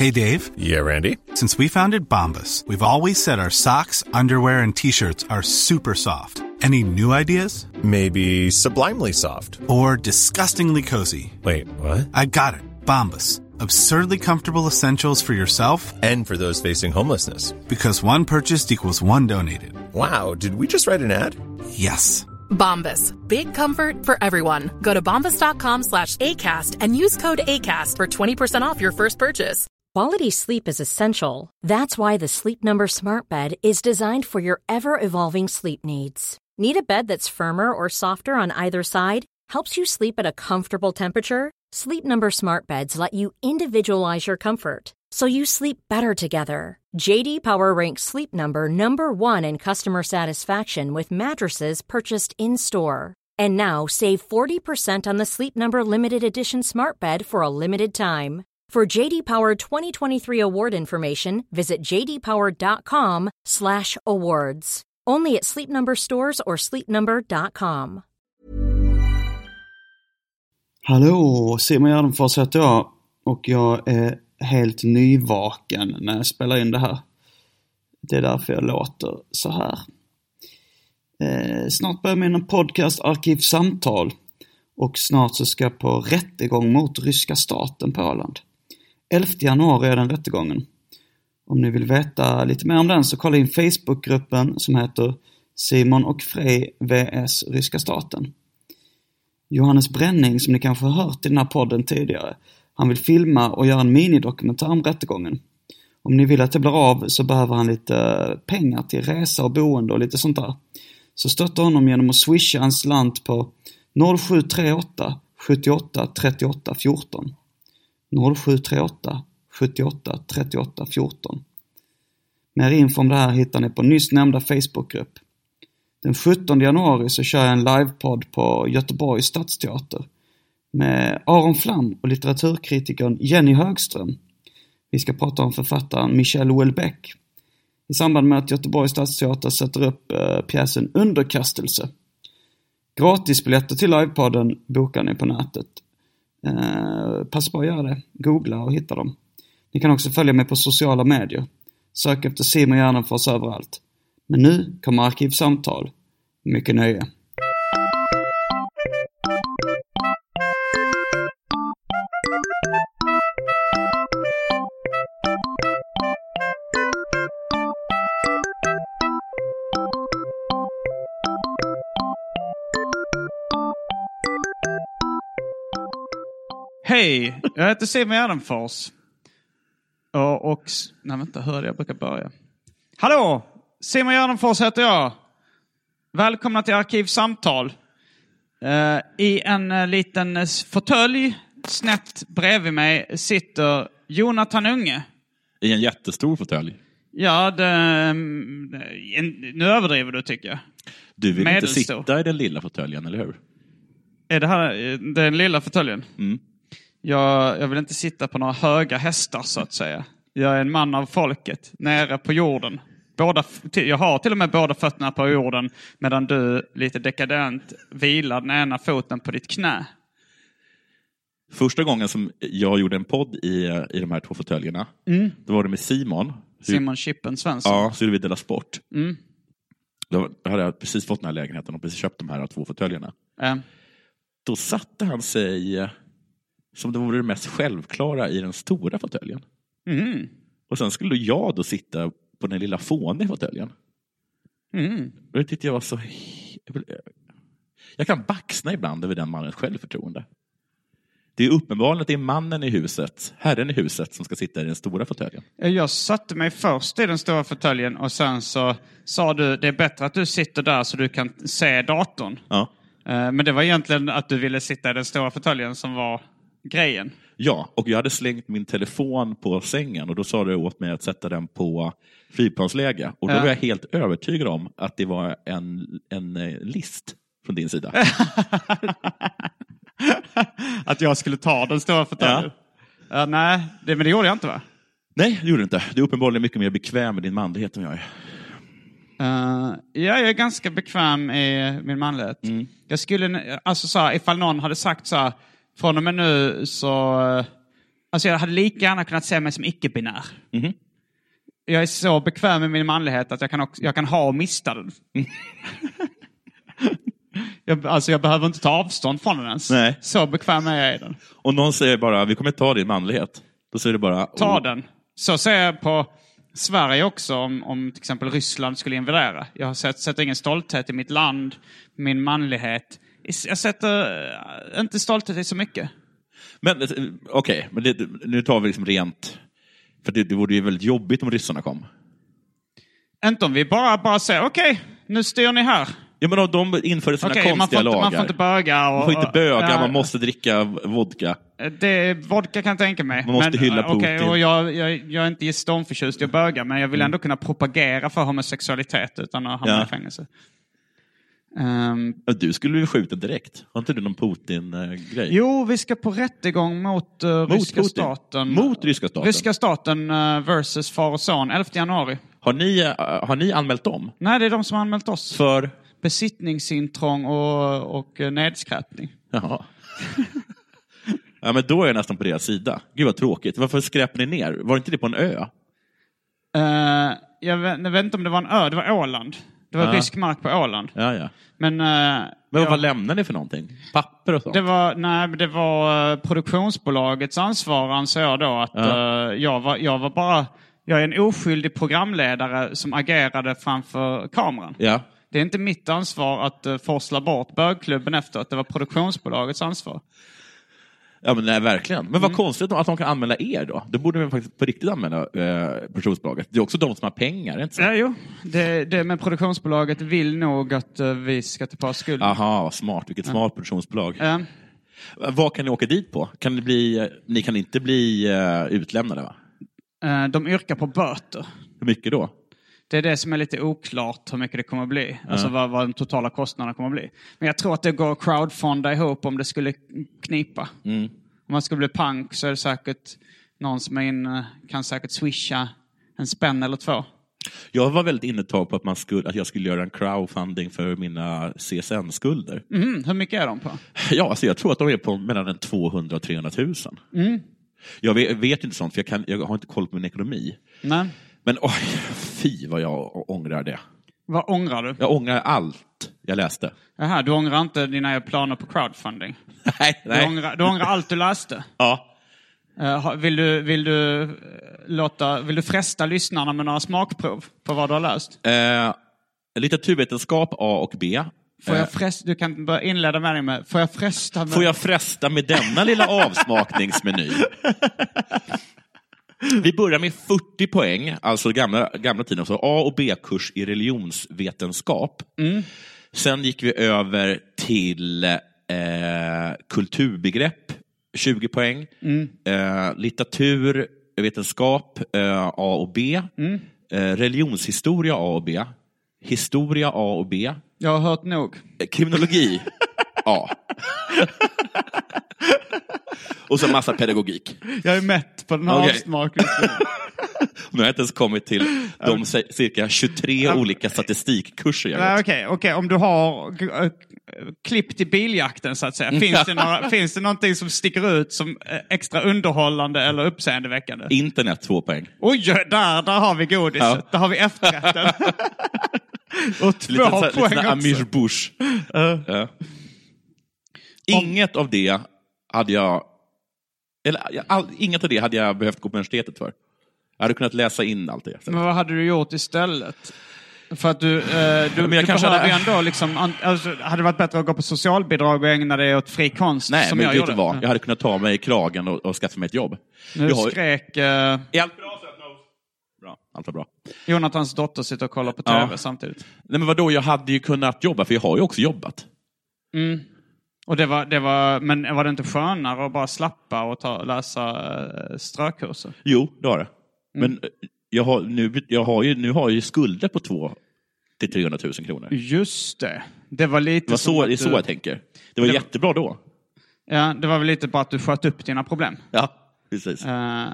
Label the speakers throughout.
Speaker 1: Hey, Dave.
Speaker 2: Yeah, Randy.
Speaker 1: Since we founded Bombas, we've always said our socks, underwear, and T-shirts are super soft. Any new ideas?
Speaker 2: Maybe sublimely soft.
Speaker 1: Or disgustingly cozy.
Speaker 2: Wait, what?
Speaker 1: I got it. Bombas. Absurdly comfortable essentials for yourself
Speaker 2: and for those facing homelessness.
Speaker 1: Because one purchased equals one donated.
Speaker 2: Wow, did we just write an ad?
Speaker 1: Yes.
Speaker 3: Bombas. Big comfort for everyone. Go to bombas.com/ACAST and use code ACAST for 20% off your first purchase.
Speaker 4: Quality sleep is essential. That's why the Sleep Number Smart Bed is designed for your ever-evolving sleep needs. Need a bed that's firmer or softer on either side? Helps you sleep at a comfortable temperature? Sleep Number Smart Beds let you individualize your comfort, so you sleep better together. JD Power ranks Sleep Number #1 in customer satisfaction with mattresses purchased in-store. And now, save 40% on the Sleep Number Limited Edition Smart Bed for a limited time. For JD Power 2023 award information, visit jdpower.com/awards. Only at Sleep Number stores or sleepnumber.com.
Speaker 5: Hallå, Simon Gärdenfors heter jag och jag är helt nyvaken när jag spelar in det här. Det är därför jag låter så här. Snart börjar min podcast Arkivsamtal och snart så ska jag på rättegång mot ryska staten på Åland. 11 januari är den rättegången. Om ni vill veta lite mer om den så kolla in Facebookgruppen som heter Simon och Frej vs Ryska staten. Johannes Bränning, som ni kanske har hört i den här podden tidigare, han vill filma och göra en minidokumentär om rättegången. Om ni vill att det blir av så behöver han lite pengar till resa och boende och lite sånt där. Så stötta honom genom att swisha en slant på 0738 78 38 14. 0738 78 38 14. Mer info om det här hittar ni på nyss nämnda Facebookgrupp. Den 17 januari så kör jag en livepodd på Göteborgs stadsteater med Aron Flam och litteraturkritikern Jenny Högström. Vi ska prata om författaren Michel Houellebecq i samband med att Göteborgs stadsteater sätter upp pjäsen Underkastelse. Gratisbiljetter till livepodden bokar ni på nätet. Passa på att göra det. Googla och hitta dem. Ni kan också följa mig på sociala medier. Sök efter Simon Gärdenfors överallt. Men nu kommer Arkivsamtal. Mycket nöje.
Speaker 6: Hej, jag heter Simon Gärdenfors. Nej, vänta, hörde jag brukar börja. Hallå, Simon Gärdenfors heter jag. Välkomna till Arkivsamtal. I en liten fåtölj snett bredvid mig sitter Jonathan Unge.
Speaker 7: I en jättestor fåtölj.
Speaker 6: Ja, nu överdriver du tycker jag.
Speaker 7: Du vill inte sitta i den lilla fåtöljen, eller hur?
Speaker 6: Är det här den lilla fåtöljen?
Speaker 7: Mm.
Speaker 6: Jag vill inte sitta på några höga hästar så att säga. Jag är en man av folket, nere på jorden. Jag har till och med båda fötterna på jorden medan du lite dekadent vilar den ena foten på ditt knä.
Speaker 7: Första gången som jag gjorde en podd i de här två fåtöljerna, då var det med Simon.
Speaker 6: Simon Chippen Svensson.
Speaker 7: Ja, så gjorde vi Dela Sport. Då hade jag precis fått den här lägenheten och precis köpt de här två fåtöljerna. Då satte han sig som det vore det mest självklara i den stora fåtöljen. Och sen skulle jag då sitta på den lilla fåniga fåtöljen. Och det tyckte jag var så... Jag kan baxna ibland över den mannens självförtroende. Det är uppenbarligen att det är mannen i huset, herren i huset, som ska sitta i den stora fåtöljen.
Speaker 6: Jag satte mig först i den stora fåtöljen och sen så sa du, det är bättre att du sitter där så du kan se datorn.
Speaker 7: Ja.
Speaker 6: Men det var egentligen att du ville sitta i den stora fåtöljen som var grejen.
Speaker 7: Ja, och jag hade slängt min telefon på sängen och då sa du åt mig att sätta den på flygplansläge. Och då var jag helt övertygad om att det var en list från din sida.
Speaker 6: Att jag skulle ta den stora fåtöljen. Ja. Nej, men det gjorde jag inte, va?
Speaker 7: Nej, det gjorde du inte. Du är uppenbarligen mycket mer bekväm med din manlighet än jag är.
Speaker 6: Jag är ganska bekväm i min manlighet. Jag skulle, alltså så här, ifall någon hade sagt så här, från och med nu så Alltså jag hade lika gärna kunnat se mig som icke-binär.
Speaker 7: Mhm.
Speaker 6: Jag är så bekväm med min manlighet att jag kan ha och mista den. Jag behöver inte ta avstånd från den ens.
Speaker 7: Nej.
Speaker 6: Så bekväm är jag i den.
Speaker 7: Och någon säger bara, vi kommer ta din manlighet. Då säger du bara...
Speaker 6: Ta den. Så ser jag på Sverige också om till exempel Ryssland skulle invadera. Jag sätter ingen stolthet i mitt land, min manlighet. Jag sätter inte stolthet i så mycket.
Speaker 7: Men okej, men nu tar vi liksom rent... För det vore ju väldigt jobbigt om ryssarna kom.
Speaker 6: Inte om vi bara säger, okej, nu styr ni här.
Speaker 7: Ja, men de införde sina konstiga lagar.
Speaker 6: Man får inte böga.
Speaker 7: Man får inte böga, man måste dricka vodka.
Speaker 6: Vodka kan jag tänka mig.
Speaker 7: Man måste hylla Putin.
Speaker 6: Och jag är inte stormförtjust i att böga, men jag vill ändå kunna propagera för homosexualitet utan att hamna i fängelse.
Speaker 7: Du skulle ju skjuta direkt. Har inte du någon Putin-grej?
Speaker 6: Jo, vi ska på rättegång mot ryska staten.
Speaker 7: Mot ryska staten?
Speaker 6: Ryska staten versus far och son, 11 januari.
Speaker 7: Har ni anmält dem?
Speaker 6: Nej, det är de som har anmält oss.
Speaker 7: För?
Speaker 6: Besittningsintrång och nedskräpning.
Speaker 7: Jaha. Ja, men då är jag nästan på deras sida. Gud vad tråkigt. Varför skräpte ni ner? Var inte det på en ö?
Speaker 6: Jag vet inte om det var en ö. Det var Åland. Det var rysk mark på Åland.
Speaker 7: Ja.
Speaker 6: Men
Speaker 7: vad lämnade ni för någonting? Papper och sånt?
Speaker 6: Det var produktionsbolagets ansvar, anser jag då. Att jag är en oskyldig programledare som agerade framför kameran.
Speaker 7: Ja.
Speaker 6: Det är inte mitt ansvar att forsla bort bögklubben efter att det var produktionsbolagets ansvar.
Speaker 7: Ja, men nej, verkligen. Men vad konstigt att de kan anmäla er då. Då borde vi faktiskt på riktigt anmäla produktionsbolaget. Det är också de som har pengar, inte så?
Speaker 6: Ja, jo. Men produktionsbolaget vill nog att vi ska ta på skuld.
Speaker 7: Aha, smart. Vilket smart produktionsbolag. Vad kan ni åka dit på? Ni kan inte bli utlämnade, va?
Speaker 6: De yrkar på böter.
Speaker 7: Hur mycket då?
Speaker 6: Det är det som är lite oklart hur mycket det kommer att bli. Alltså vad den totala kostnaden kommer att bli. Men jag tror att det går att crowdfunda ihop om det skulle knipa. Om man skulle bli punk så är det säkert någon som kan säkert swisha en spänn eller 2.
Speaker 7: Jag var väldigt inne på att jag skulle göra en crowdfunding för mina CSN-skulder.
Speaker 6: Hur mycket är de på?
Speaker 7: Ja, alltså jag tror att de är på mellan 200 och 300 000. Jag vet inte sånt, för jag har inte koll på min ekonomi. Nej. Men fy vad jag ångrar det.
Speaker 6: Vad ångrar du?
Speaker 7: Jag ångrar allt jag läste.
Speaker 6: Jaha, du ångrar inte dina planer på crowdfunding?
Speaker 7: Nej.
Speaker 6: Du ångrar allt du läste?
Speaker 7: Ja.
Speaker 6: Vill du fresta lyssnarna med några smakprov på vad du har läst?
Speaker 7: Litteraturvetenskap A och B.
Speaker 6: Du kan börja inleda med dig med. Får jag fresta med
Speaker 7: denna lilla avsmakningsmeny? Vi börjar med 40 poäng, alltså gamla tiden, så A- och B-kurs i religionsvetenskap. Sen gick vi över till kulturbegrepp, 20 poäng. Litteraturvetenskap A och B. Religionshistoria A och B. Historia A och B.
Speaker 6: Jag har hört nog.
Speaker 7: Kriminologi A. Och så massa pedagogik.
Speaker 6: Jag är mätt på den här avsmakningen.
Speaker 7: Nu har jag inte ens kommit till de cirka 23 olika statistikkurser jag gått.
Speaker 6: Okej. Om du har klippt i biljakten så att säga. Finns det någonting som sticker ut som extra underhållande eller uppseendeväckande?
Speaker 7: Internet 2 poäng.
Speaker 6: Oj, där har vi godiset. Ja. Där har vi efterrätten. Och 2 poäng också.
Speaker 7: Amish Bush. Inget av det hade jag... inget av det hade jag behövt gå på universitetet för. Jag hade kunnat läsa in allt det.
Speaker 6: Men vad hade du gjort istället? För att du behöver ändå liksom... Alltså, hade det varit bättre att gå på socialbidrag och ägna dig åt fri konst?
Speaker 7: Nej,
Speaker 6: som
Speaker 7: men
Speaker 6: jag gjorde.
Speaker 7: Jag hade kunnat ta mig i kragen och skaffa mig ett jobb.
Speaker 6: Skrek...
Speaker 7: Är allt bra? Bra, allt var bra.
Speaker 6: Jonathans dotter sitter och kollar på tv samtidigt.
Speaker 7: Nej, men vadå? Jag hade ju kunnat jobba, för jag har ju också jobbat.
Speaker 6: Och men var det inte skönare att bara slappa och läsa strökurser?
Speaker 7: Jo, det var det. Men jag har ju skulder på 200 till 300 000 kronor.
Speaker 6: Just det. Det var lite
Speaker 7: det är så jag tänker. Det var jättebra då.
Speaker 6: Ja, det var väl lite bara att du sköt upp dina problem.
Speaker 7: Ja, precis.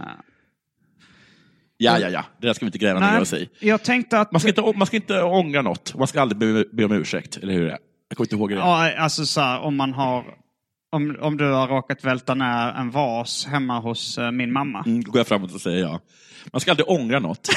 Speaker 7: Ja. Det där ska vi inte gräva ner oss i.
Speaker 6: Jag tänkte att...
Speaker 7: Man ska inte ångra något. Man ska aldrig be om ursäkt, eller hur är det? Jag kommer inte ihåg det.
Speaker 6: Ja, alltså så här, om Om du har råkat välta ner en vas hemma hos min mamma.
Speaker 7: Då går jag framåt och säger ja. Man ska aldrig ångra något.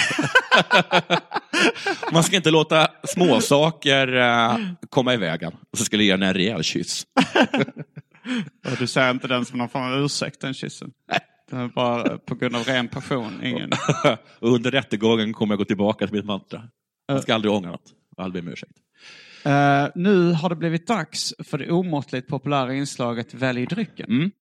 Speaker 7: Man ska inte låta småsaker komma i vägen. Och så skulle jag ge en rejäl kyss.
Speaker 6: Och du säger inte den som någon form av ursäkt, den kyssen. Det är bara på grund av ren passion. Ingen.
Speaker 7: Och under rättegången kommer jag gå tillbaka till mitt mantra. Man ska aldrig ångra något. Aldrig med ursäkt.
Speaker 6: Nu har det blivit dags för det omåttligt populära inslaget Välj drycken.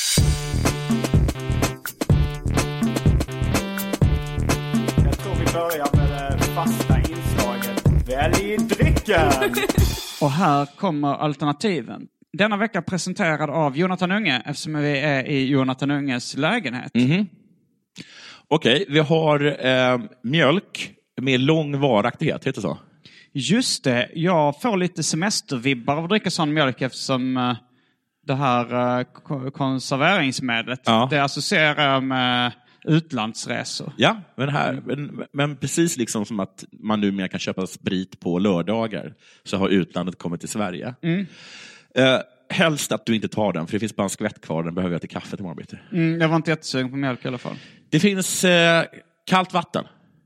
Speaker 6: Jag tror vi börjar med det fasta inslaget Välj drycken. Och här kommer alternativen. Denna vecka presenterad av Jonathan Unge, eftersom vi är i Jonathan Unges lägenhet.
Speaker 7: Okej, vi har mjölk med lång varaktighet, heter det så?
Speaker 6: Just det, jag får lite semestervibbar av att dricka sån mjölk eftersom det här konserveringsmedlet, det associerar med utlandsresor.
Speaker 7: Ja, men precis liksom som att man numera kan köpa sprit på lördagar så har utlandet kommit till Sverige. Helst att du inte tar den, för det finns bara en skvätt kvar, den behöver jag till kaffe till morgonbitti.
Speaker 6: Jag var inte jättesugen på mjölk i alla fall.
Speaker 7: Det finns kallt vatten.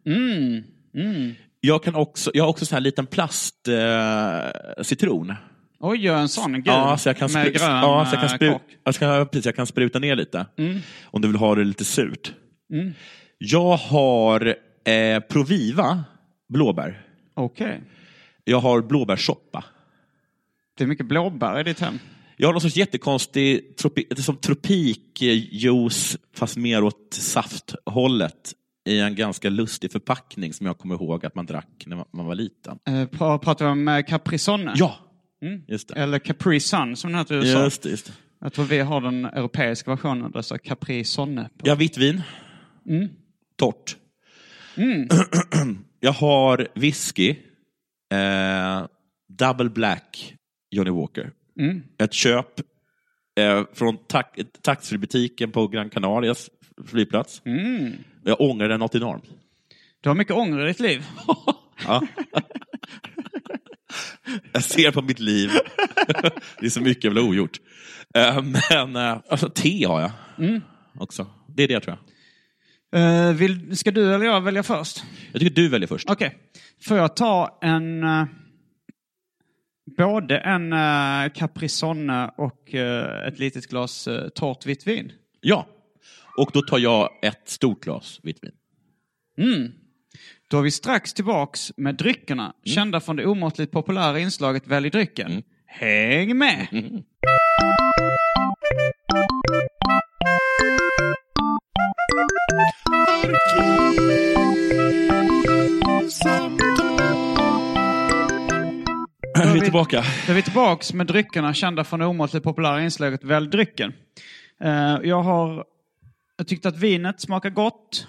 Speaker 7: Jag har också så här liten plast citron.
Speaker 6: Oj, gör en sån gul
Speaker 7: så jag kan
Speaker 6: med grön
Speaker 7: jag kan spruta ner lite. Om du vill ha det lite surt. Jag har Proviva blåbär.
Speaker 6: Okej.
Speaker 7: Jag har blåbärssoppa.
Speaker 6: Det är mycket blåbär i ditt hem.
Speaker 7: Jag har någon sorts jättekonstig som tropikjuice fast mer åt safthållet i en ganska lustig förpackning som jag kommer ihåg att man drack när man var liten.
Speaker 6: Pratar vi om Capri Sonne?
Speaker 7: Ja, just det.
Speaker 6: Eller Capri Sun som den heter i USA.
Speaker 7: Just det.
Speaker 6: Jag tror vi har den europeiska versionen där så Capri Sonne.
Speaker 7: Ja, vitt vin. Torrt. Jag har whisky. Double Black Johnny Walker. Ett köp från taxfree-butiken på Gran Canarias flygplats. Jag ångrar den något enormt.
Speaker 6: Du har mycket ånger i ditt liv.
Speaker 7: Ja. Jag ser på mitt liv. Det är så mycket jag vill ha ogjort. Men alltså, te har jag också. Det är det, tror jag.
Speaker 6: Ska du eller jag välja först?
Speaker 7: Jag tycker du väljer först.
Speaker 6: Okej. Får jag ta både en Capri Sonne och ett litet glas torrt vitt vin?
Speaker 7: Ja. Och då tar jag ett stort glas vitt vin.
Speaker 6: Då är vi strax tillbaks med dryckerna. Kända från det omåttligt populära inslaget Välj drycken. Häng med!
Speaker 7: Då är vi tillbaka.
Speaker 6: Då är vi tillbaks med dryckerna kända från det omåttligt populära inslaget Välj drycken. Jag tyckte att vinet smakar gott.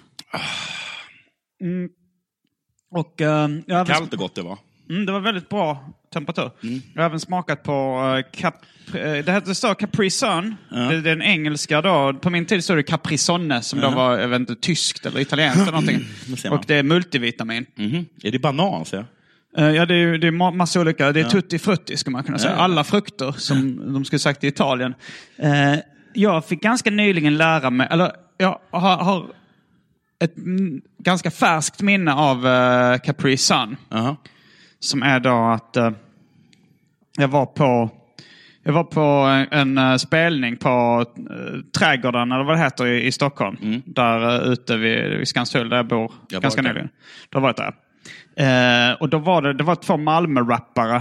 Speaker 6: Och
Speaker 7: kallt och gott det var.
Speaker 6: Det var väldigt bra temperatur. Jag har även smakat på det står Capri Sun. Det är den engelska då. På min tid stod det Capri Sonne som då var, jag vet inte, tyskt eller italienskt eller någonting. Och det är multivitamin.
Speaker 7: Är det banan, så?
Speaker 6: Ja, det är massa olika. Det är tutti frutti, ska man kunna säga. Alla frukter, som de skulle sagt i Italien. Jag fick ganska nyligen lära mig, eller jag har ett ganska färskt minne av Capri Sun. Som är då att jag var på en spelning på Trädgården, eller vad det heter, i Stockholm. Där ute vid Skanstull, där jag bor ganska nyligen. Då var jag där. Och då var det var två Malmö-rappare.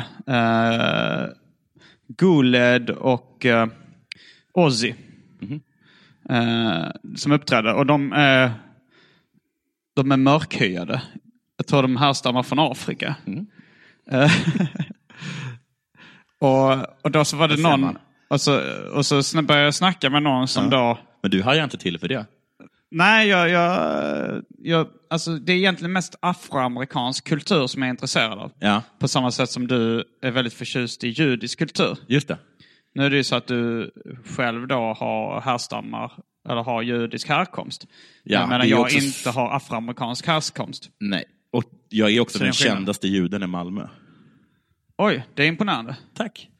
Speaker 6: Guled och Ozzy. Som uppträdde. Och de är mörkhyade. Jag tror de härstammar från Afrika. och då så var det någon... Och så började jag snacka med någon som då...
Speaker 7: Men du har ju inte till för det.
Speaker 6: Nej, jag alltså det är egentligen mest afroamerikansk kultur som jag är intresserad av.
Speaker 7: Ja.
Speaker 6: På samma sätt som du är väldigt förtjust i judisk kultur.
Speaker 7: Just det.
Speaker 6: Nu är det ju så att du själv då härstammar eller har judisk härkomst.
Speaker 7: Ja,
Speaker 6: medan jag inte har afroamerikansk härkomst.
Speaker 7: Nej, och jag är också den kändaste juden i Malmö.
Speaker 6: Oj, det är imponerande.
Speaker 7: Tack.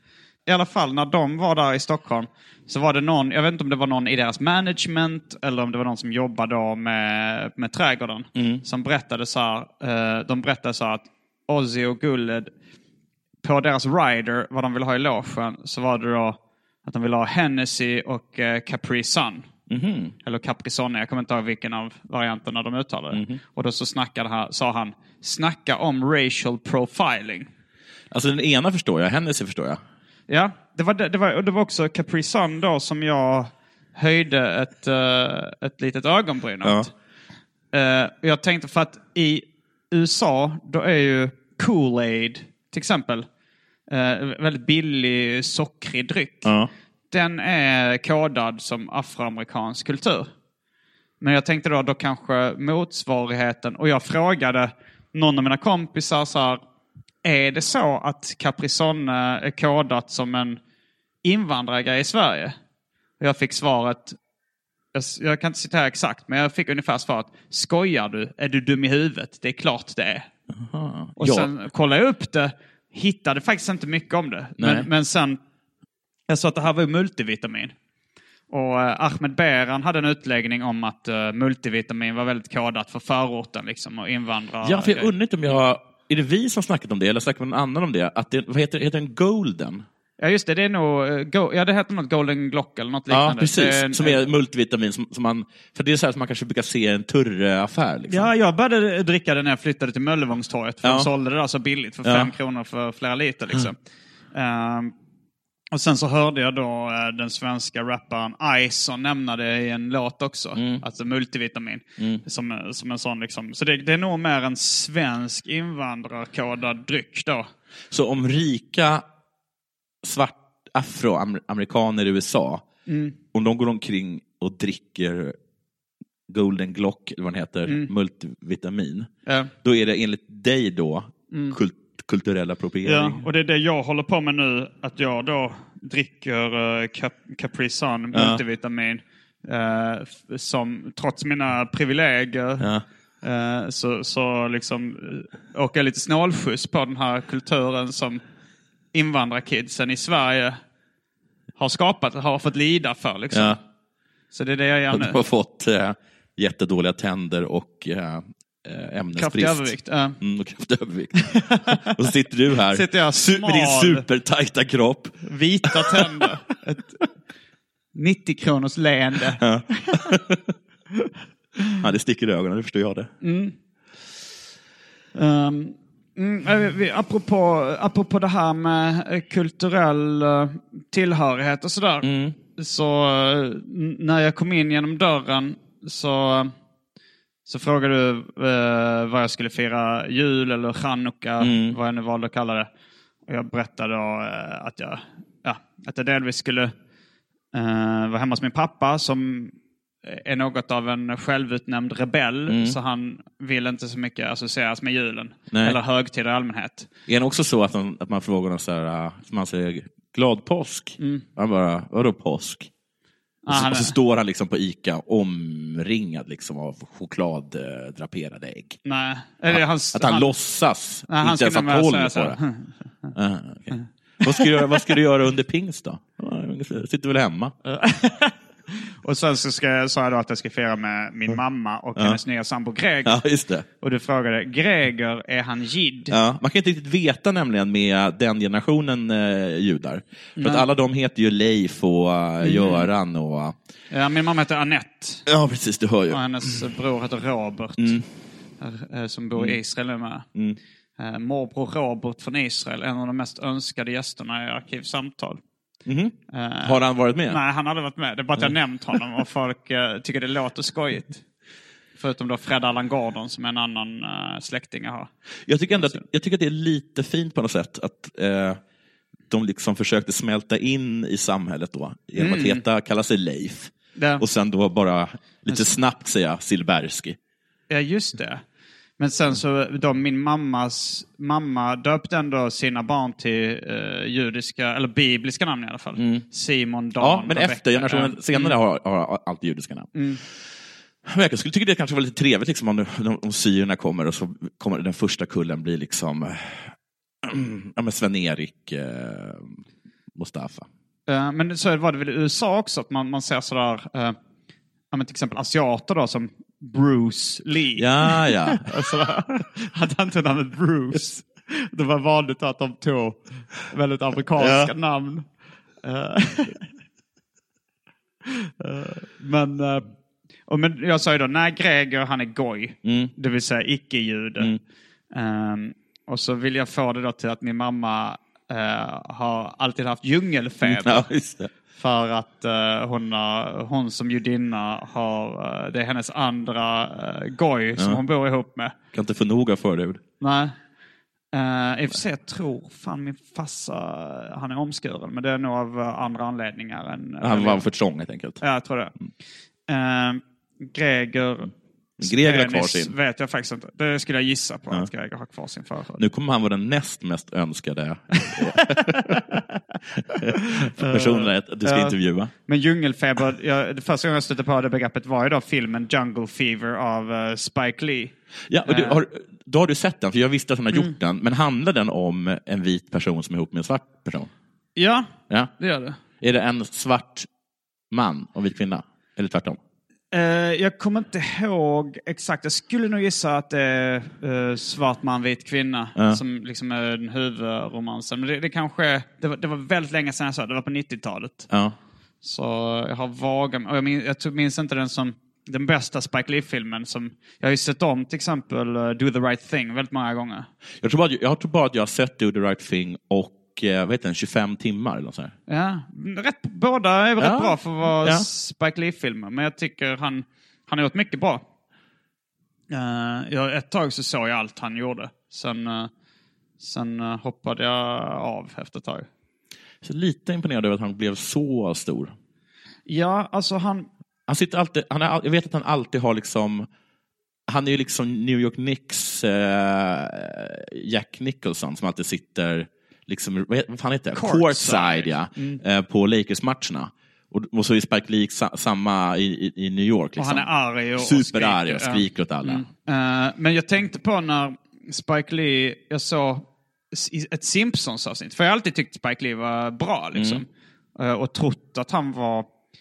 Speaker 6: i alla fall när de var där i Stockholm så var det någon, jag vet inte om det var någon i deras management eller om det var någon som jobbade då med trädgården som berättade så här, de berättade så här att Ozzy och Gulled på deras rider, vad de ville ha i logen, så var det då att de ville ha Hennessy och Capri Sun. Eller Capri Sun, jag kommer inte ihåg vilken av varianterna de uttalade. Och då så sa han, snacka om racial profiling.
Speaker 7: Alltså den ena förstår jag, Hennessy förstår jag.
Speaker 6: Ja, det var också Capri Sun då som jag höjde ett litet ögonbryn åt. Jag tänkte för att i USA då är ju Kool-Aid till exempel väldigt billig sockrig dryck. Den är kodad som afroamerikansk kultur. Men jag tänkte då kanske motsvarigheten, och jag frågade någon av mina kompisar så här, är det så att Capri Sun är kodat som en invandrargrej i Sverige? Och jag fick svaret, jag kan inte citera exakt, men jag fick ungefär svaret, skojar du? Är du dum i huvudet? Det är klart det är. Och sen kollade jag upp det, hittade faktiskt inte mycket om det. Men sen, jag sa att det här var multivitamin. Och Ahmed Beran hade en utläggning om att multivitamin var väldigt kodat för förorten liksom, och invandrare.
Speaker 7: Ja, för jag undrar inte om är det vi som snackat om det eller snackar någon annan om det? Att det vad heter den Golden?
Speaker 6: Ja just det, det är nog det heter något Golden Glock eller något liknande.
Speaker 7: Ja, precis. Som är multivitamin som man, för det är så här som man kanske brukar se i en Turre-affär liksom.
Speaker 6: Ja, jag började dricka det när jag flyttade till Möllevångstorget, för de sålde det där så billigt för 5 kronor för flera liter liksom. Och sen så hörde jag då den svenska rapparen Ison nämna det i en låt också. Alltså multivitamin. Som en sån liksom. Så det är nog mer en svensk invandrarkodad dryck då.
Speaker 7: Så om rika afroamerikaner i USA, om de går omkring och dricker Golden Glock, eller vad den heter, multivitamin, då är det enligt dig då kulturell appropriering. Ja,
Speaker 6: och det är det jag håller på med nu, att jag då dricker Capri Sun multivitamin som trots mina privilegier så liksom åker lite snålskjuts på den här kulturen som invandrarkidsen i Sverige har fått lida för liksom. Ja. Så det är det jag gör nu.
Speaker 7: Du har fått jättedåliga tänder och ämnesbrist.
Speaker 6: Kraftig övervikt.
Speaker 7: Och kraftig övervikt. Och så sitter du här med din supertajta kropp.
Speaker 6: Vita tänder. Ett 90 kronors leende.
Speaker 7: Ja, det sticker i ögonen, det förstår jag det.
Speaker 6: Apropå det här med kulturell tillhörighet och sådär. Så när jag kom in genom dörren så frågade du vad jag skulle fira jul eller Chanukka, vad jag nu valde att kalla det. Och jag berättade då att jag delvis skulle vara hemma hos min pappa som är något av en självutnämnd rebell, så han vill inte så mycket associeras med julen. Nej. Eller högtider i allmänhet.
Speaker 7: Är det också så att man frågar någon så här, som man säger, glad påsk? Han bara, vadå påsk? Och så står han liksom på Ica omringad liksom av chokladdraperade ägg.
Speaker 6: Nej.
Speaker 7: Att han låtsas inte ens ha koll på det. Okay. Vad ska du göra under pingst då? Sitter väl hemma.
Speaker 6: Och sen så sa jag då att jag ska fira med min mamma och hennes nya sambo Greg.
Speaker 7: Ja, just det.
Speaker 6: Och du frågade, Greger, är han jid?
Speaker 7: Ja, man kan inte riktigt veta nämligen med den generationen judar. För att alla de heter ju Leif och Göran och...
Speaker 6: Ja, min mamma heter Annette.
Speaker 7: Ja, precis, du hör ju.
Speaker 6: Och hennes bror heter Robert. Som bor i Israel med. Morbror Robert från Israel, en av de mest önskade gästerna i Arkivsamtal.
Speaker 7: Har han varit med?
Speaker 6: Nej, han hade varit med. Det är bara att jag nämnt honom och folk tycker det låter skojigt. Förutom då Fred Allan Gordon som en annan släkting jag har.
Speaker 7: Jag tycker att det är lite fint på något sätt att de liksom försökte smälta in i samhället då genom att kalla sig Leif. Och sen då bara lite snabbt säga Silberski.
Speaker 6: Ja, just det. Men sen så då min mamma döpte ändå sina barn till judiska eller bibliska namn i alla fall. Simon, Dan.
Speaker 7: Ja, men efter generationen senare har alltid judiska namn. Men jag skulle tycka det kanske var lite trevligt liksom, om syrierna kommer och så kommer den första kullen bli liksom Sven-Erik Mustafa.
Speaker 6: Men så var det väl i USA också att man ser sådär, till exempel asiater då som Bruce Lee.
Speaker 7: Ja.
Speaker 6: Hade han inte namnet Bruce. Det var vanligt att de tog väldigt amerikanska namn. Men jag sa ju då, nej, Gregor han är goj. Det vill säga icke-jude. Och så vill jag få det då till att min mamma har alltid haft djungelfeber.
Speaker 7: Ja, just det.
Speaker 6: För att hon som judinna har, det är hennes andra goj som hon bor ihop med.
Speaker 7: Kan inte få noga förut.
Speaker 6: Nej. I och för sig, jag tror fan min farsa, han är omskuren, men det är nog av andra anledningar än...
Speaker 7: Han var för trång helt enkelt.
Speaker 6: Ja, jag tror det. Gregor
Speaker 7: har kvar sin.
Speaker 6: Vet jag faktiskt inte. Det skulle jag gissa på att Gregor har kvar sin förhör.
Speaker 7: Nu kommer han vara den näst mest önskade personen att du ska intervjua.
Speaker 6: Men djungelfeber, det första gången jag stötte på det begreppet var ju då filmen Jungle Fever av Spike Lee.
Speaker 7: Ja, och då har du sett den, för jag visste att han har gjort den. Men handlar den om en vit person som är ihop med en svart person?
Speaker 6: Ja, det gör det.
Speaker 7: Är det en svart man och vit kvinna? Eller tvärtom?
Speaker 6: Jag kommer inte ihåg exakt. Jag skulle nog gissa att det är svart man, vit kvinna som liksom är den huvudromansen. Men det kanske... Det var väldigt länge sedan jag sa. Det var på 90-talet.
Speaker 7: Ja.
Speaker 6: Så jag har vaga... Och jag minns inte den som... Den bästa Spike Lee-filmen som... Jag har ju sett om till exempel Do the Right Thing väldigt många gånger. Jag
Speaker 7: tror bara att jag har sett Do the Right Thing och 25 timmar eller så här.
Speaker 6: Ja, båda är rätt bra för att vara Spike Lee-filmer. Men jag tycker han har gjort mycket bra. Ett tag så såg jag allt han gjorde. Sen hoppade jag av efter ett tag.
Speaker 7: Så lite imponerad över att han blev så stor.
Speaker 6: Ja, alltså han
Speaker 7: sitter alltid... jag vet att han alltid har liksom... Han är ju liksom New York Knicks Jack Nicholson som alltid sitter... liksom, vad fan heter det? Courtside, på Lakers-matcherna. Och så är Spike Lee samma i New York. Liksom.
Speaker 6: Och han är arg och
Speaker 7: superarg och skriker åt alla.
Speaker 6: Men jag tänkte på när Spike Lee, jag såg ett Simpsons-avsnitt. För jag har alltid tyckt Spike Lee var bra. Liksom. Och trott att han var...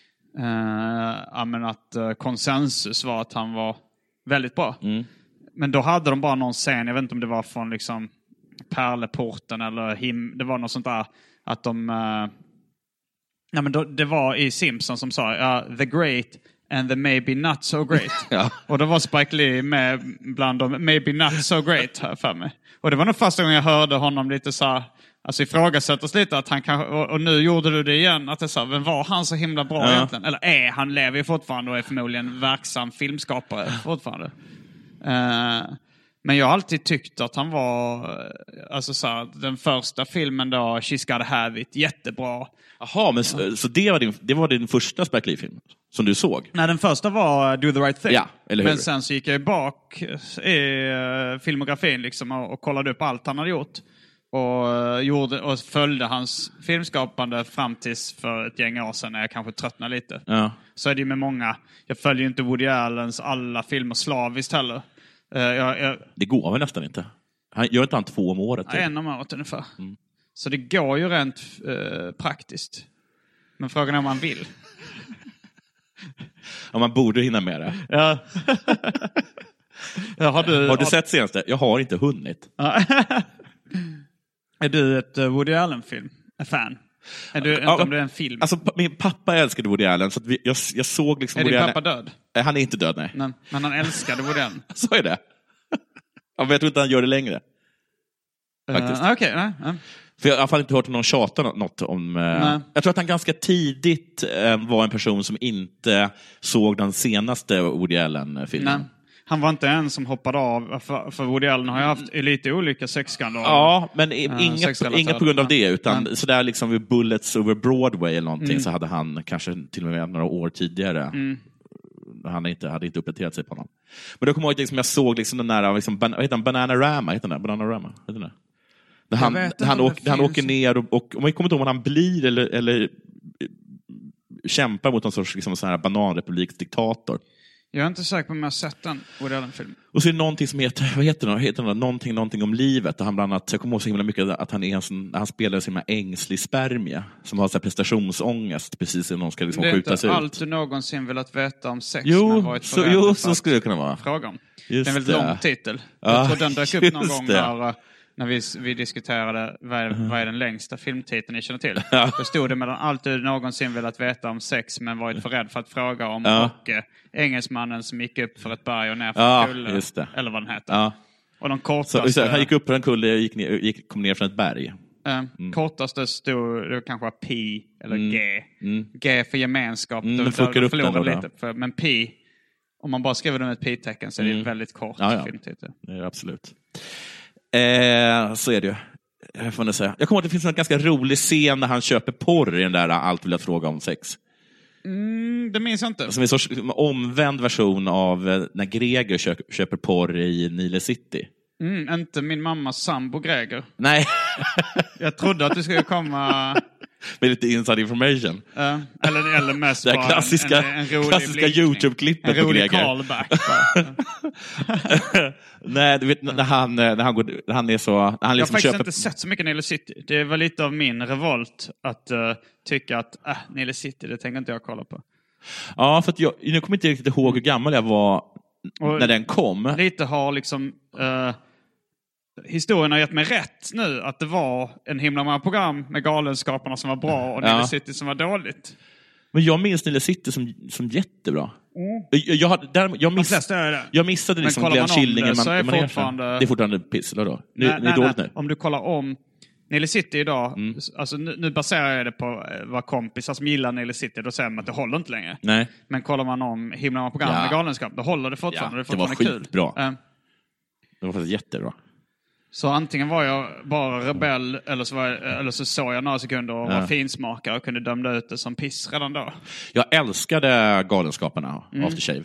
Speaker 6: att konsensus var att han var väldigt bbra. Men då hade de bara någon scen, jag vet inte om det var från liksom... Pärleporten eller det var något sånt där att de det var i Simpsons som sa the great and the maybe not so great. Och då var Spike Lee med bland de maybe not so great här för mig. Och det var nog första gången jag hörde honom lite så alltså ifrågasättas lite att han kanske, och nu gjorde du det igen, att det så men var han så himla bra egentligen, eller han lever ju fortfarande och är förmodligen verksam filmskapare fortfarande. Men jag har alltid tyckt att han var, alltså så här, den första filmen då, She's Gotta Have It, jättebra.
Speaker 7: Jaha, men så det var din första Spike Lee-film som du såg?
Speaker 6: Nej, den första var Do the Right Thing.
Speaker 7: Ja, eller hur?
Speaker 6: Men sen så gick jag bak i filmografin liksom och kollade upp allt han hade gjort. Och följde hans filmskapande fram tills för ett gäng år sedan när jag kanske tröttnade lite. Ja. Så är det ju med många. Jag följer ju inte Woody Allens alla filmer slaviskt heller.
Speaker 7: Det går väl nästan inte. Han gör inte 2 om året.
Speaker 6: Ja, 1 om året ungefär. Så det går ju rent praktiskt. Men frågan är om man vill.
Speaker 7: Ja, man borde hinna med det.
Speaker 6: Ja.
Speaker 7: Har du sett senaste? Jag har inte hunnit.
Speaker 6: Är du ett Woody Allen-film? Fan? Är du inte om det är en film?
Speaker 7: Alltså, min pappa älskade Woody Allen. Så att jag såg liksom
Speaker 6: är
Speaker 7: Woody
Speaker 6: din pappa död?
Speaker 7: Han är inte död, nej.
Speaker 6: Men han älskade Woody Allen.
Speaker 7: Så är det. Jag vet inte han gör det längre. Faktiskt.
Speaker 6: Okej.
Speaker 7: För jag har i alla fall inte hört någon tjata något om... Jag tror att han ganska tidigt var en person som inte såg den senaste Woody Allen-filmen.
Speaker 6: Nej. Han var inte en som hoppade av, för Woody Allen har ju haft lite olika sexskandaler.
Speaker 7: Ja, men inget på grund av det, utan sådär liksom vid Bullets over Broadway eller någonting så hade han kanske till och med några år tidigare. Han hade inte uppdaterat sig på honom. Men då kommer jag ihåg liksom, jag såg liksom den där liksom, Bananarama, heter det? Han åker ner och man kommer inte ihåg om han blir eller kämpar mot någon sorts liksom, sån här bananrepubliksdiktator.
Speaker 6: Jag är inte säker på om jag har sett den Woody Allen-film.
Speaker 7: Och så är det någonting som heter, vad heter det? Någonting om livet. Och han bland annat, jag kommer ihåg så himla mycket att han är han spelar sin ängslig spermie som har så här prestationsångest precis innan någon ska liksom skjutas ut.
Speaker 6: Det är inte allt du någonsin velat veta om sex.
Speaker 7: Jo, så skulle det kunna vara.
Speaker 6: Fråga om.
Speaker 7: Just
Speaker 6: det är en väldigt lång titel. Jag tror den dök upp någon gång när vi diskuterade vad är den längsta filmtiteln ni känner till. Då stod det mellan allt du någonsin velat veta om sex men varit för rädd för att fråga om och engelsmannen som gick upp för ett berg och ner för en kulle.
Speaker 7: Just det.
Speaker 6: Eller vad den heter. Och de kortaste...
Speaker 7: Så han gick upp för en kulle och kom ner från ett berg.
Speaker 6: Kortaste stod det kanske var P eller G. G för gemenskap.
Speaker 7: Då förlorar
Speaker 6: lite. Men P, om man bara skriver det med ett P-tecken så är det väldigt kort filmtitel.
Speaker 7: Det är absolut. Så är det ju. Jag får säga. Jag kommer ihåg att det finns en ganska rolig scen när han köper porr i den där Allt vill jag fråga om sex.
Speaker 6: Det minns jag inte.
Speaker 7: Som är en sorts omvänd version av när Greger köper porr i Nile City.
Speaker 6: Inte min mammas sambo Greger.
Speaker 7: Nej.
Speaker 6: Jag trodde att du skulle komma...
Speaker 7: med lite inside information.
Speaker 6: Eller mest
Speaker 7: det bara klassiska YouTube-klippet
Speaker 6: en rolig callback.
Speaker 7: Nej, du vet när han är så... Han
Speaker 6: jag har
Speaker 7: liksom
Speaker 6: faktiskt inte sett så mycket Nile City. Det var lite av min revolt att tycka att Nile City, det tänker inte jag kolla på.
Speaker 7: Ja, för att nu kommer inte riktigt ihåg hur gammal jag var när den kom.
Speaker 6: Lite har liksom... historien har gett mig rätt nu att det var en himla många program med Galenskaparna som var bra och Nile City som var dåligt.
Speaker 7: Men jag minns Nile City som jättebra. Jag missade liksom Glenn Killing.
Speaker 6: Så är det
Speaker 7: är fortfarande piss, eller då? Det är dåligt nu.
Speaker 6: Om du kollar om Nile City idag, alltså nu baserar jag det på vad kompisar som gillar Nile City, då säger man att det håller inte längre.
Speaker 7: Nej.
Speaker 6: Men kollar man om himla många program med Galenskap, då håller det fortfarande.
Speaker 7: Det var skitbra. Det var faktiskt jättebra.
Speaker 6: Så antingen var jag bara rebell eller så såg jag några sekunder och var finsmakare och kunde döma ut det som piss redan då.
Speaker 7: Jag älskade Galenskaparna, Aftershave.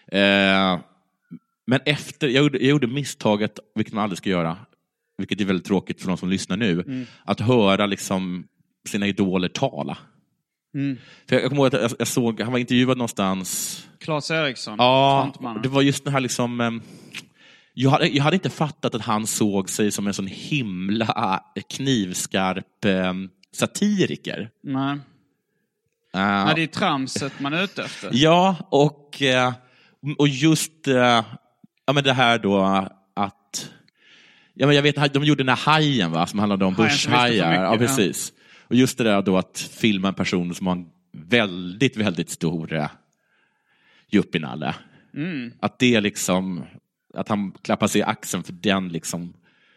Speaker 7: Men jag gjorde misstaget, vilket man aldrig ska göra, vilket är väldigt tråkigt för de som lyssnar nu, att höra liksom sina idoler tala. För jag kommer ihåg att jag såg, han var intervjuad någonstans.
Speaker 6: Claes Eriksson.
Speaker 7: Ja, det var just den här liksom... Jag hade inte fattat att han såg sig som en sån himla knivskarp satiriker.
Speaker 6: Nej. Nej, det är tramset man är ute efter.
Speaker 7: Ja, och just men det här då att... Ja, men jag vet, de gjorde den här hajen, va, som handlade om börshajar. Ja, precis. Och just det där då att filma en person som har en väldigt, väldigt stor juppinalle. Att det liksom... Att han klappar sig i axeln för den liksom...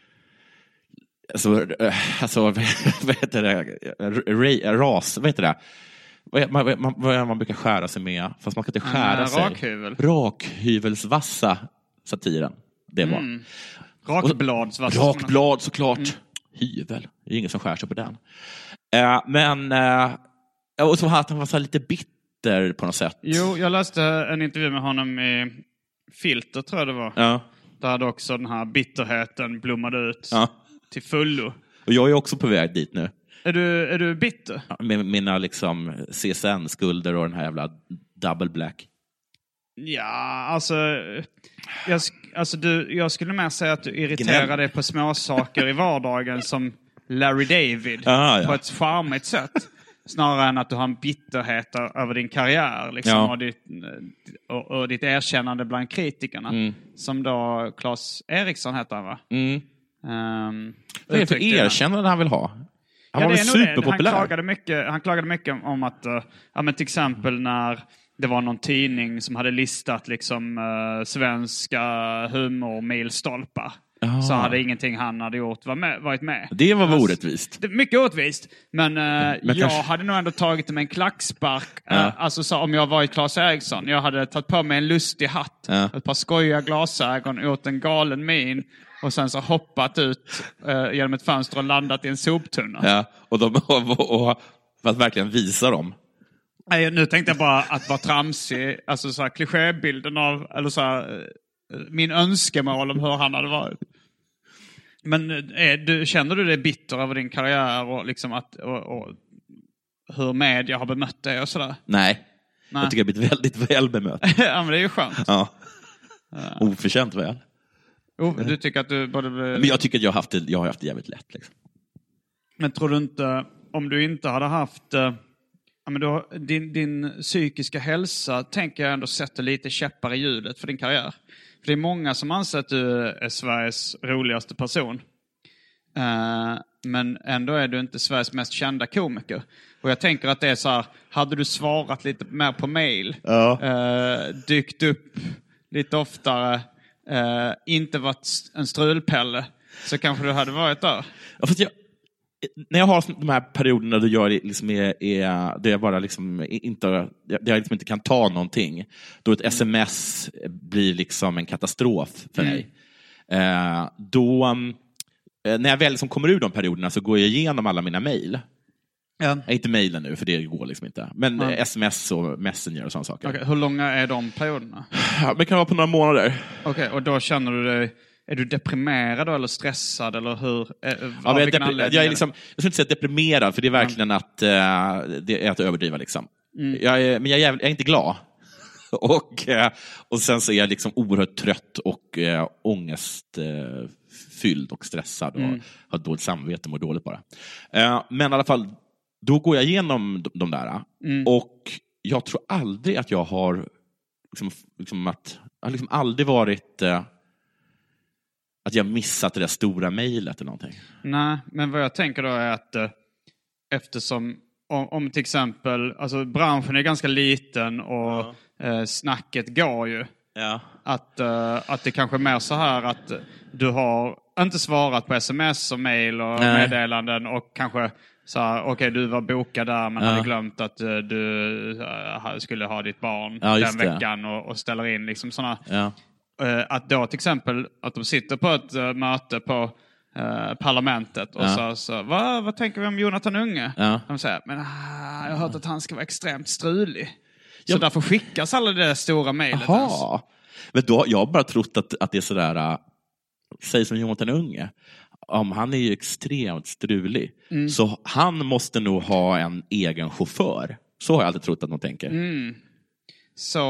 Speaker 7: Alltså vad heter det? Ras, vad heter det? Vad man brukar skära sig med, fast man kan inte skära sig. Rakhyvelsvassa satiren. Det var.
Speaker 6: Rakbladsvassa.
Speaker 7: Rakblad, såklart. Hyvel. Det är ingen som skär sig på den. Men... och så att han var så här lite bitter på något sätt.
Speaker 6: Jo, jag läste en intervju med honom i Filter, tror jag det var. Ja. Där hade också den här bitterheten blommade ut till fullo.
Speaker 7: Och jag är också på väg dit nu.
Speaker 6: Är du bitter?
Speaker 7: Ja, med mina liksom CSN-skulder och den här jävla double black.
Speaker 6: Ja, jag skulle mer säga att du irriterar dig på små saker i vardagen som Larry David på ett charmigt sätt. Snarare än att du har en bitterhet över din karriär liksom, och ditt erkännande bland kritikerna. Som då Claes Eriksson heter han, va?
Speaker 7: Vad är det för erkännande han vill ha? Han var väl superpopulär.
Speaker 6: Han klagade mycket om att men till exempel när det var någon tidning som hade listat liksom svenska humormilstolpar. Så hade ingenting han hade gjort varit med.
Speaker 7: Det var orättvist.
Speaker 6: Mycket orättvist. Men jag hade nog ändå tagit det med en klackspark. Alltså så, om jag varit Claes Eriksson. Jag hade tagit på mig en lustig hatt. Ett par skojiga glasögon. Gjort en galen min. Och sen så hoppat ut genom ett fönster och landat i en soptunna.
Speaker 7: Ja, och för att verkligen visa dem.
Speaker 6: Nej, nu tänkte jag bara att vara tramsig. Alltså så här klichébilden av... Eller så här, min önskemål om hur han hade varit. Men känner du dig bitter över din karriär och liksom och hur media har bemött dig och sådär?
Speaker 7: Nej.
Speaker 6: Nej.
Speaker 7: Jag tycker jag har blivit väldigt väl bemött.
Speaker 6: Ja, men det är ju skönt.
Speaker 7: Ja. Oförtjänt väl.
Speaker 6: Du tycker att du både...
Speaker 7: Men jag tycker att jag har haft det jävligt lätt. Liksom.
Speaker 6: Men tror du inte, om du inte hade haft... men då, din psykiska hälsa tänker jag ändå sätter lite käppar i hjulet för din karriär. För det är många som anser att du är Sveriges roligaste person. Men ändå är du inte Sveriges mest kända komiker. Och jag tänker att det är så här, hade du svarat lite mer på mail, dykt upp lite oftare, inte varit en strulpelle, så kanske du hade varit där.
Speaker 7: Ja, för när jag har de här perioderna då jag liksom där jag bara liksom inte, jag liksom inte kan ta någonting, då ett sms blir liksom en katastrof för mig. Då när jag väl liksom kommer ur de perioderna så går jag igenom alla mina mejl. Inte mejlen nu, för det går liksom inte. Men sms och messenger och sådana saker.
Speaker 6: Okay. Hur långa är de perioderna?
Speaker 7: Ja, men det kan vara på några månader.
Speaker 6: Okej, och då känner du dig... Är du deprimerad då, eller stressad, eller hur?
Speaker 7: Jag är liksom, jag ska inte säga deprimerad, för det är verkligen att det är att överdriva liksom. Men jag är inte glad. och sen så är jag liksom oerhört trött och ångestfylld och stressad och har dåligt samvete och mår dåligt bara. Men i alla fall, då går jag igenom de där och jag tror aldrig att jag har har liksom aldrig varit att jag missat det där stora mejlet eller någonting.
Speaker 6: Nej, men vad jag tänker då är att eftersom om till exempel, alltså branschen är ganska liten och snacket går ju. Ja. Att det kanske är mer så här att du har inte svarat på sms och mejl och meddelanden och kanske så här, okej, du var bokad där men hade glömt att du skulle ha ditt barn den veckan och ställer in liksom såna. Ja. Att då till exempel att de sitter på ett möte på parlamentet och så vad tänker vi om Jonathan Unge? Ja. De säger, men jag har hört att han ska vara extremt strulig. Så därför skickas alla det stora mejlet.
Speaker 7: Men då, jag har bara trott att det är sådär, säg som Jonathan Unge, han är ju extremt strulig. Så han måste nog ha en egen chaufför. Så har jag alltid trott att de tänker.
Speaker 6: Så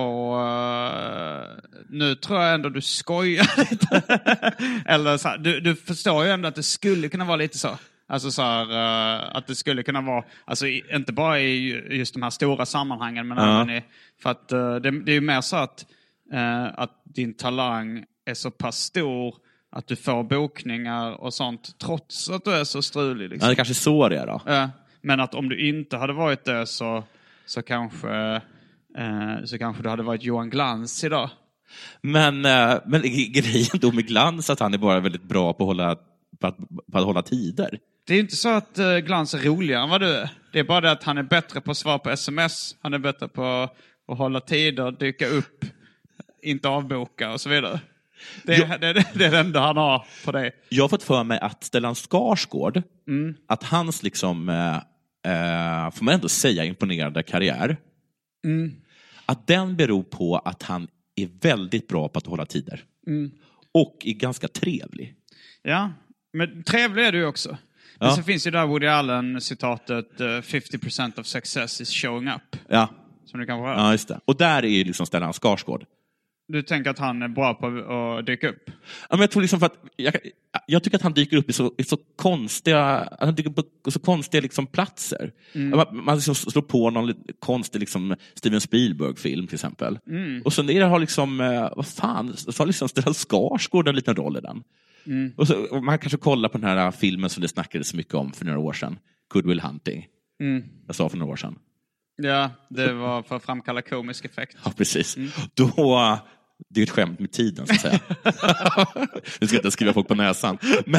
Speaker 6: nu tror jag ändå du skojar lite. Eller så här, du förstår ju ändå att det skulle kunna vara lite så. Alltså så här, att det skulle kunna vara, alltså inte bara i just de här stora sammanhangen, men även i, för att det är ju mer så att din talang är så pass stor att du får bokningar och sånt trots att du är så strulig liksom.
Speaker 7: Ja, det kanske är så det är då.
Speaker 6: Men att om du inte hade varit det så kanske du hade varit Johan Glans idag.
Speaker 7: Men grejen då med Glans att han är bara väldigt bra på att hålla tider.
Speaker 6: Det är inte så att Glans är roligare än vad du är. Det är bara det att han är bättre på att svara på sms. Han är bättre på att hålla tider, dyka upp, inte avboka och så vidare. Det är det enda han har på det.
Speaker 7: Jag har fått för mig att Stellan Skarsgård, att hans liksom, får man ändå säga, imponerande karriär, att den beror på att han är väldigt bra på att hålla tider. Och är ganska trevlig. Ja,
Speaker 6: men trevlig är du också. Men så finns ju där Woody Allen-citatet 50% of success is showing up.
Speaker 7: Ja.
Speaker 6: Som du kan få höra.
Speaker 7: Ja, just det. Och där är ju liksom Stellan Skarsgård.
Speaker 6: Du tänker att han är bra på att dyka upp?
Speaker 7: Ja, men jag tror liksom för att jag tycker att han dyker upp i så konstiga, han dyker på så konstiga liksom platser. Man liksom slår på någon konstig liksom Steven Spielberg-film till exempel. Och så har liksom vad fan, så har liksom Stellan Skarsgård en liten roll i den. Och man kanske kollar på den här filmen som det snackades så mycket om för några år sedan, Good Will Hunting. Jag sa för några år sedan.
Speaker 6: Ja, det var för att framkalla komisk effekt.
Speaker 7: Ja, precis. Då, det är ett skämt med tiden, så att säga. Nu ska jag inte skriva folk på näsan.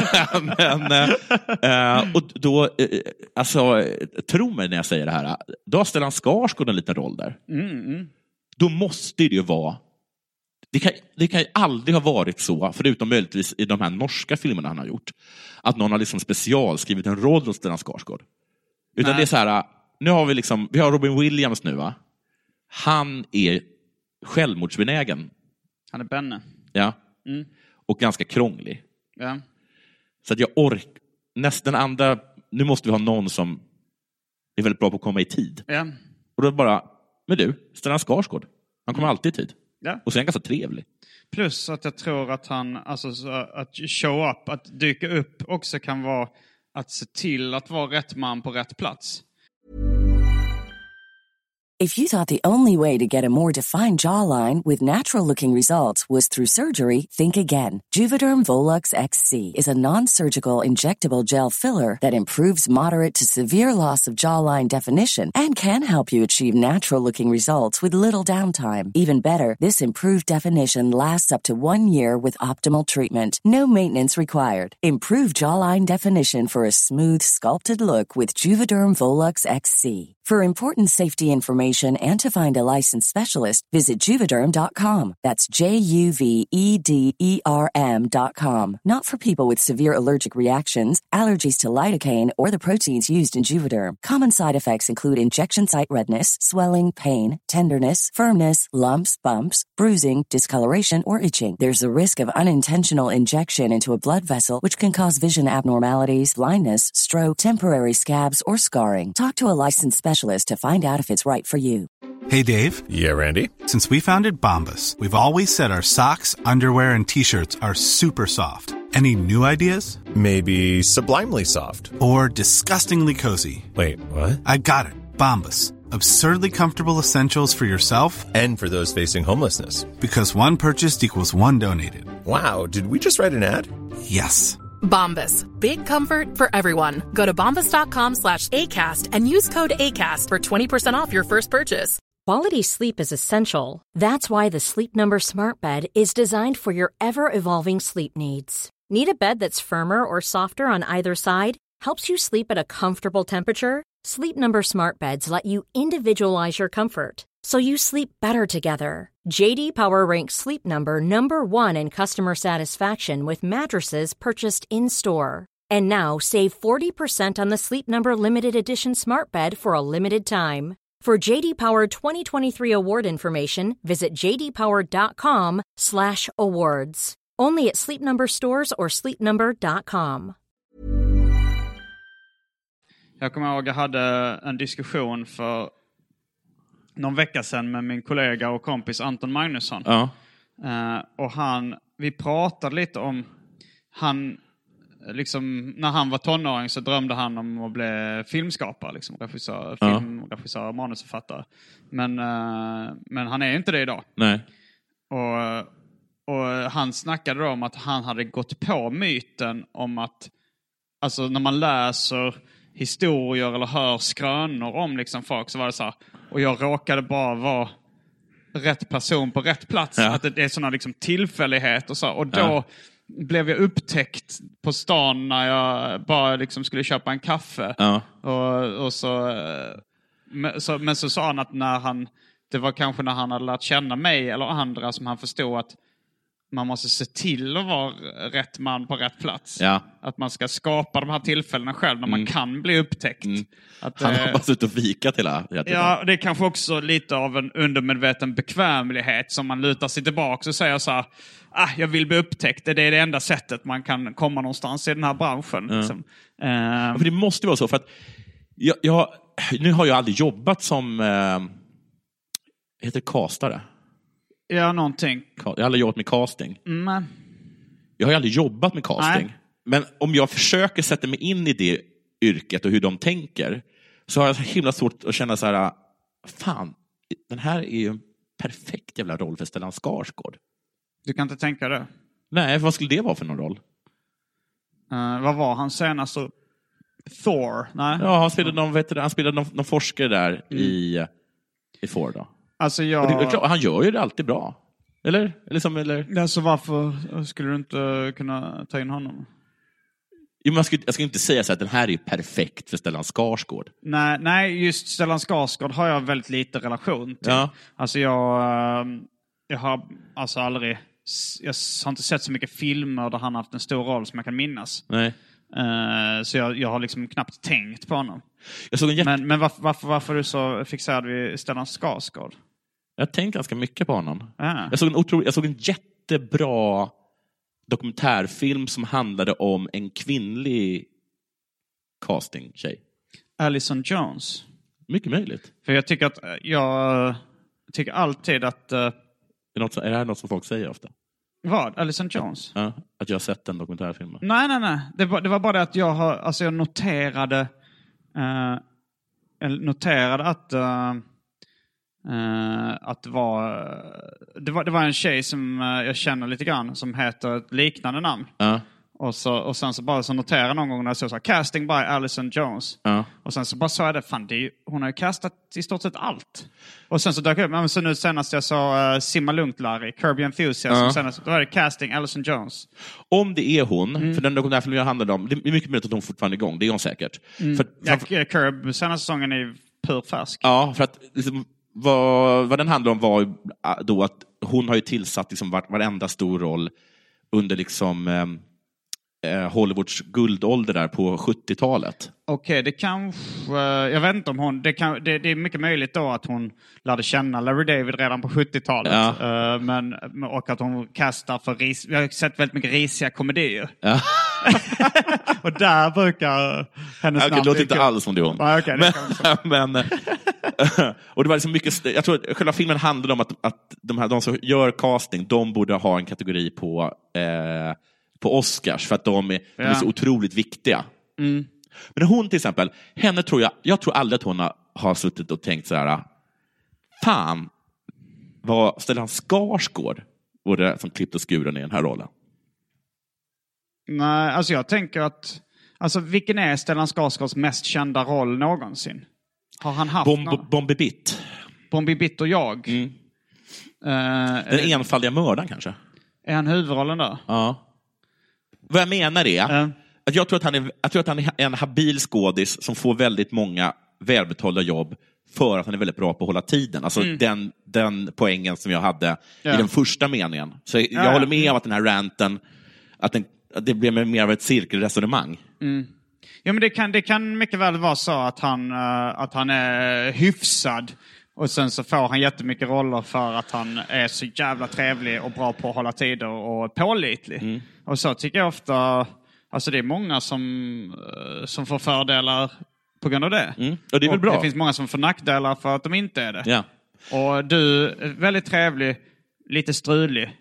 Speaker 7: Och då, alltså, tro mig när jag säger det här, då har Stellan Skarsgård en liten roll där. Då måste det ju vara, det kan ju aldrig ha varit så, förutom möjligtvis i de här norska filmerna han har gjort, att någon har liksom specialskrivit en roll hos Stellan Skarsgård. Utan det är så här, nu har vi har Robin Williams nu, va? Han är självmordsbenägen.
Speaker 6: Han är Benne.
Speaker 7: Ja. Och ganska krånglig.
Speaker 6: Ja.
Speaker 7: Så att jag nästan andra, nu måste vi ha någon som är väldigt bra på att komma i tid.
Speaker 6: Ja.
Speaker 7: Och då bara, Men du, Stellan Skarsgård. Han kommer alltid tid.
Speaker 6: Ja.
Speaker 7: Och sen ganska trevlig.
Speaker 6: Plus att jag tror att han, alltså att show up, att dyka upp också kan vara att se till att vara rätt man på rätt plats.
Speaker 8: If you thought the only way to get a more defined jawline with natural-looking results was through surgery, think again. Juvederm Volux XC is a non-surgical injectable gel filler that improves moderate to severe loss of jawline definition and can help you achieve natural-looking results with little downtime. Even better, this improved definition lasts up to 1 year with optimal treatment. No maintenance required. Improve jawline definition for a smooth, sculpted look with Juvederm Volux XC. For important safety information and to find a licensed specialist, visit Juvederm.com. That's Juvederm.com. Not for people with severe allergic reactions, allergies to lidocaine, or the proteins used in Juvederm. Common side effects include injection site redness, swelling, pain, tenderness, firmness, lumps, bumps, bruising, discoloration, or itching. There's a risk of unintentional injection into a blood vessel, which can cause vision abnormalities, blindness, stroke, temporary scabs, or scarring. Talk to a licensed specialist to find out if it's right for you.
Speaker 1: Hey, Dave.
Speaker 2: Yeah, Randy.
Speaker 1: Since we founded Bombas, we've always said our socks, underwear, and T-shirts are super soft. Any new ideas?
Speaker 2: Maybe sublimely soft.
Speaker 1: Or disgustingly cozy?
Speaker 2: Wait, what?
Speaker 1: I got it. Bombas. Absurdly comfortable essentials for yourself
Speaker 2: And for those facing homelessness.
Speaker 1: because one purchased equals one donated.
Speaker 2: Wow, did we just write an ad?
Speaker 1: Yes.
Speaker 3: Bombas. Big comfort for everyone. Go to bombas.com/ACAST and use code ACAST for 20% off your first purchase.
Speaker 4: Quality sleep is essential. That's why the Sleep Number Smart Bed is designed for your ever-evolving sleep needs. Need a bed that's firmer or softer on either side? Helps you sleep at a comfortable temperature? Sleep Number Smart Beds let you individualize your comfort, so you sleep better together. JD Power ranks Sleep Number #1 in customer satisfaction with mattresses purchased in-store. And now, save 40% on the Sleep Number Limited Edition Smart Bed for a limited time. For JD Power 2023 award information, visit jdpower.com/awards. Only at Sleep Number stores or sleepnumber.com.
Speaker 6: Jag kommer ihåg att jag hade en diskussion för någon vecka sedan med min kollega och kompis Anton Magnusson.
Speaker 7: Ja.
Speaker 6: Och vi pratade lite om liksom, när han var tonåring så drömde han om att bli filmskapare, liksom, filmregissör och manusförfattare. Men han är inte det idag.
Speaker 7: Nej.
Speaker 6: Och han snackade då om att han hade gått på myten om att, alltså när man läser historier eller hör skrönor om liksom folk, så var det så här, och jag råkade bara vara rätt person på rätt plats.
Speaker 7: Ja.
Speaker 6: Att det är sådana liksom tillfällighet och så. Och då blev jag upptäckt på stan när jag bara liksom skulle köpa en kaffe.
Speaker 7: Ja.
Speaker 6: Och så men så sa han att det var kanske när han hade lärt känna mig eller andra som han förstod att man måste se till att vara rätt man på rätt plats.
Speaker 7: Ja.
Speaker 6: Att man ska skapa de här tillfällena själv när man kan bli upptäckt. Att,
Speaker 7: Han har bara suttit och vikat hela tiden.
Speaker 6: Ja, det är kanske också lite av en undermedveten bekvämlighet som man lutar sig tillbaka och säger så här, jag vill bli upptäckt. Det är det enda sättet man kan komma någonstans i den här branschen.
Speaker 7: Ja.
Speaker 6: Liksom.
Speaker 7: För det måste vara så, för att nu har jag aldrig jobbat som heter castare.
Speaker 6: Ja, någonting.
Speaker 7: Jag har aldrig jobbat med casting.
Speaker 6: Mm.
Speaker 7: Jag har aldrig jobbat med casting.
Speaker 6: Nej.
Speaker 7: Men om jag försöker sätta mig in i det yrket och hur de tänker, så har jag så himla svårt att känna så här, fan, den här är ju en perfekt jävla roll för Stellan Skarsgård.
Speaker 6: Du kan inte tänka det?
Speaker 7: Nej, vad skulle det vara för någon roll?
Speaker 6: Vad var han senast? Thor? Nej.
Speaker 7: Ja, han spelade någon forskare där i Thor då.
Speaker 6: Alltså
Speaker 7: han gör ju det alltid bra. Eller?
Speaker 6: Alltså varför skulle du inte kunna ta in honom?
Speaker 7: Jo, men jag ska inte säga så att den här är perfekt för Stellan Skarsgård.
Speaker 6: Nej, just Stellan Skarsgård har jag väldigt lite relation till.
Speaker 7: Ja.
Speaker 6: Alltså jag har alltså aldrig... Jag har inte sett så mycket filmer där han har haft en stor roll som jag kan minnas.
Speaker 7: Nej.
Speaker 6: Så jag har liksom knappt tänkt på honom.
Speaker 7: Jag såg
Speaker 6: Men varför är du så fixerad vid Stellan Skarsgård?
Speaker 7: Jag har tänkt ganska mycket på honom.
Speaker 6: Ja.
Speaker 7: Jag såg en jättebra dokumentärfilm som handlade om en kvinnlig casting-tjej.
Speaker 6: Alison Jones.
Speaker 7: Mycket möjligt.
Speaker 6: För jag tycker alltid att...
Speaker 7: Är det här något som folk säger ofta?
Speaker 6: Vad? Alison Jones?
Speaker 7: Ja, att jag har sett den dokumentärfilmen.
Speaker 6: Nej. Det var bara det att jag noterade att det var en tjej som jag känner lite grann som heter ett liknande namn. Och sen så bara så noterade någon gång när jag såg så här, casting by Alison Jones. Och sen så bara sa jag det, hon har ju castat i stort sett allt. Och sen så dök jag upp, men så nu senast jag sa Simma Lugnt Larry, Curb Your Enthusiasm, senast, då var det casting Alison Jones.
Speaker 7: Om det är hon, för den dokumentärfilmen jag handlade om, det är mycket möjligt att hon fortfarande är igång, det är hon säkert.
Speaker 6: Curb, senaste säsongen är purfärsk.
Speaker 7: Ja, för att liksom, vad den handlar om var då att hon har ju tillsatt liksom varenda stor roll under liksom Hollywoods guldålder där på 70-talet.
Speaker 6: Okej, det kanske... Jag vet inte om hon... Det är mycket möjligt då att hon lärde känna Larry David redan på 70-talet. Och att hon kastar för ris... Vi har sett väldigt mycket risiga komedier. Ja. Och där brukar hennes namn...
Speaker 7: Det låter inte alls som det är hon. Men och det var liksom mycket... Jag tror att själva filmen handlade om att de som gör casting, de borde ha en kategori på Oscars för att de är så otroligt viktiga. Men hon till exempel, henne tror jag tror aldrig att hon har suttit och tänkt så här: fan, vad Stellan Skarsgård vore som klippt och skuren i den här rollen.
Speaker 6: Nej, alltså jag tänker att vilken är Stellan Skarsgårds mest kända roll någonsin? Har han haft
Speaker 7: Bombi Bitt.
Speaker 6: Bombi Bitt och jag.
Speaker 7: Den enfaldiga mördaren kanske.
Speaker 6: Är han huvudrollen där?
Speaker 7: Ja. Vad jag menar är att jag tror att han är en habil skådis som får väldigt många välbetalda jobb för att han är väldigt bra på att hålla tiden. Alltså den poängen som jag hade i den första meningen. Så jag håller med om att den här ranten, att det blir mer av ett cirkelresonemang.
Speaker 6: Ja, men det kan mycket väl vara så att han är hyfsad. Och sen så får han jättemycket roller för att han är så jävla trevlig och bra på att hålla tider och pålitlig. Och så tycker jag ofta... Alltså det är många som får fördelar på grund av det.
Speaker 7: Och det är väl bra.
Speaker 6: Det finns många som får nackdelar för att de inte är det.
Speaker 7: Ja.
Speaker 6: Och du är väldigt trevlig, lite strulig.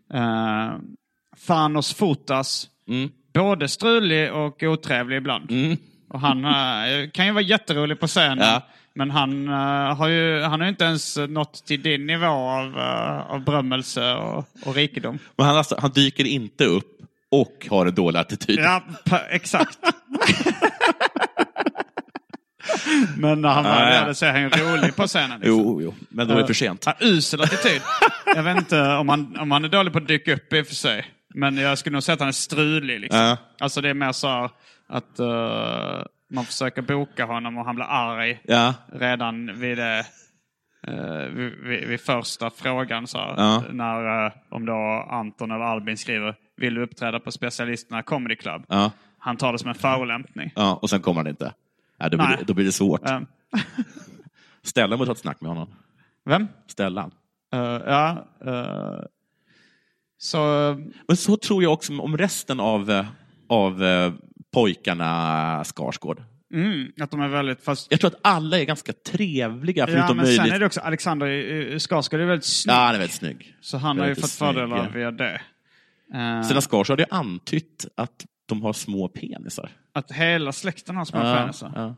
Speaker 6: Thanos Fotas, både strulig och otrevlig ibland. Och han kan ju vara jätterolig på scenen. Ja. Men han har ju inte ens nått till din nivå av berömmelse och rikedom.
Speaker 7: Men han dyker inte upp och har en dålig attityd.
Speaker 6: Ja, exakt. Men när han var där så är han rolig på scenen.
Speaker 7: Liksom. Jo, men då är det för sent.
Speaker 6: Usel attityd. Jag vet inte om han är dålig på att dyka upp i och för sig. Men jag skulle nog säga att han är strulig. Liksom. Alltså det är mer så att man försöker boka honom och han blir arg redan vid första frågan. Så när om då Anton eller Albin skriver: vill du uppträda på Specialisterna Comedy Club? Han tar det som en förolämpning.
Speaker 7: Ja, och sen kommer han inte. Ja, då blir det svårt. Stellan måste ha ett snack med honom.
Speaker 6: Vem?
Speaker 7: Stellan.
Speaker 6: Men
Speaker 7: så tror jag också om resten av pojkarna Skarsgård.
Speaker 6: Att de är väldigt
Speaker 7: Jag tror att alla är ganska trevliga. Men möjligt.
Speaker 6: Sen är det också Alexander Skarsgård är väldigt snygg.
Speaker 7: Ja, han är väldigt snygg.
Speaker 6: Så han har ju fått fördelar via det.
Speaker 7: Stellan Skarsgård har ju antytt att de har små penisar.
Speaker 6: Att hela släkten har små penisar. Ja.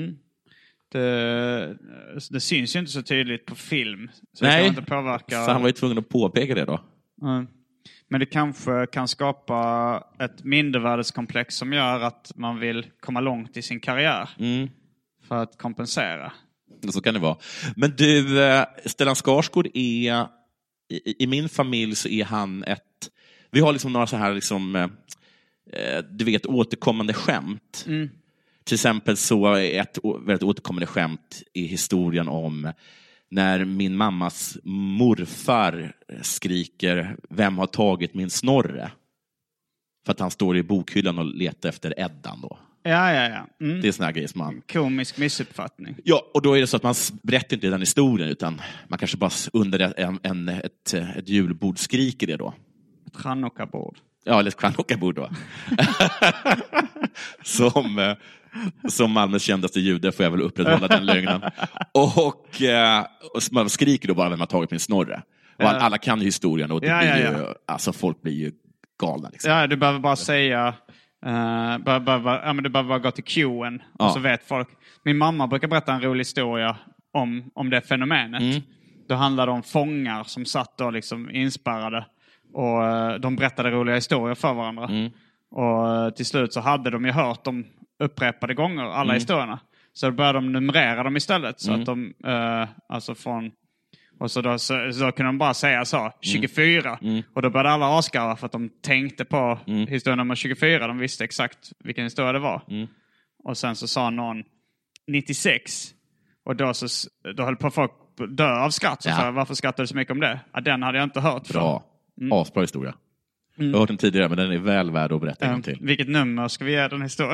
Speaker 6: Det syns ju inte så tydligt på film. Så det kan inte påverka.
Speaker 7: Så han var ju tvungen att påpeka det då.
Speaker 6: Men det kanske kan skapa ett mindervärdeskomplex som gör att man vill komma långt i sin karriär. För att kompensera.
Speaker 7: Så kan det vara. Men du, Stellan Skarsgård är... I min familj så är han vi har liksom några så här liksom... Du vet, återkommande skämt. Till exempel så är ett väldigt återkommande skämt i historien om när min mammas morfar skriker: vem har tagit min Snorre? För att han står i bokhyllan och letar efter Eddan då.
Speaker 6: Ja.
Speaker 7: Det är sån här grej som man...
Speaker 6: Komisk missuppfattning.
Speaker 7: Ja, och då är det så att man berättar inte den historien utan man kanske bara under ett julbord skriker det då.
Speaker 6: Ett chanukka-bord.
Speaker 7: Ja, eller ett chanukka-bord då. Som Malmös kändaste jude får jag väl upprätthålla den lögnen. Och man skriker då bara vem har tagit min snorre. Och alla kan ju historien och det blir ju, alltså folk blir ju galna liksom.
Speaker 6: Ja, du behöver bara säga du behöver bara gå till Qen och så vet folk. Min mamma brukar berätta en rolig historia om det fenomenet. Då handlade det om fångar som satt då liksom inspärrade och de berättade roliga historier för varandra. Och till slut så hade de ju hört dem upprepade gånger, alla historierna. Så då började de numrera dem istället. Så att de, alltså från... Och så kunde de bara säga så, 24. Och då började alla avskarva för att de tänkte på historia nummer 24. De visste exakt vilken historia det var. Och sen så sa någon 96. Och då höll på folk dö av skratt. Så varför skrattade du så mycket om det? Ja, den hade jag inte hört.
Speaker 7: Bra. Asbra historia. Jag har hört den tidigare, men den är väl värd att berätta en gång till.
Speaker 6: Vilket nummer ska vi ge den historien?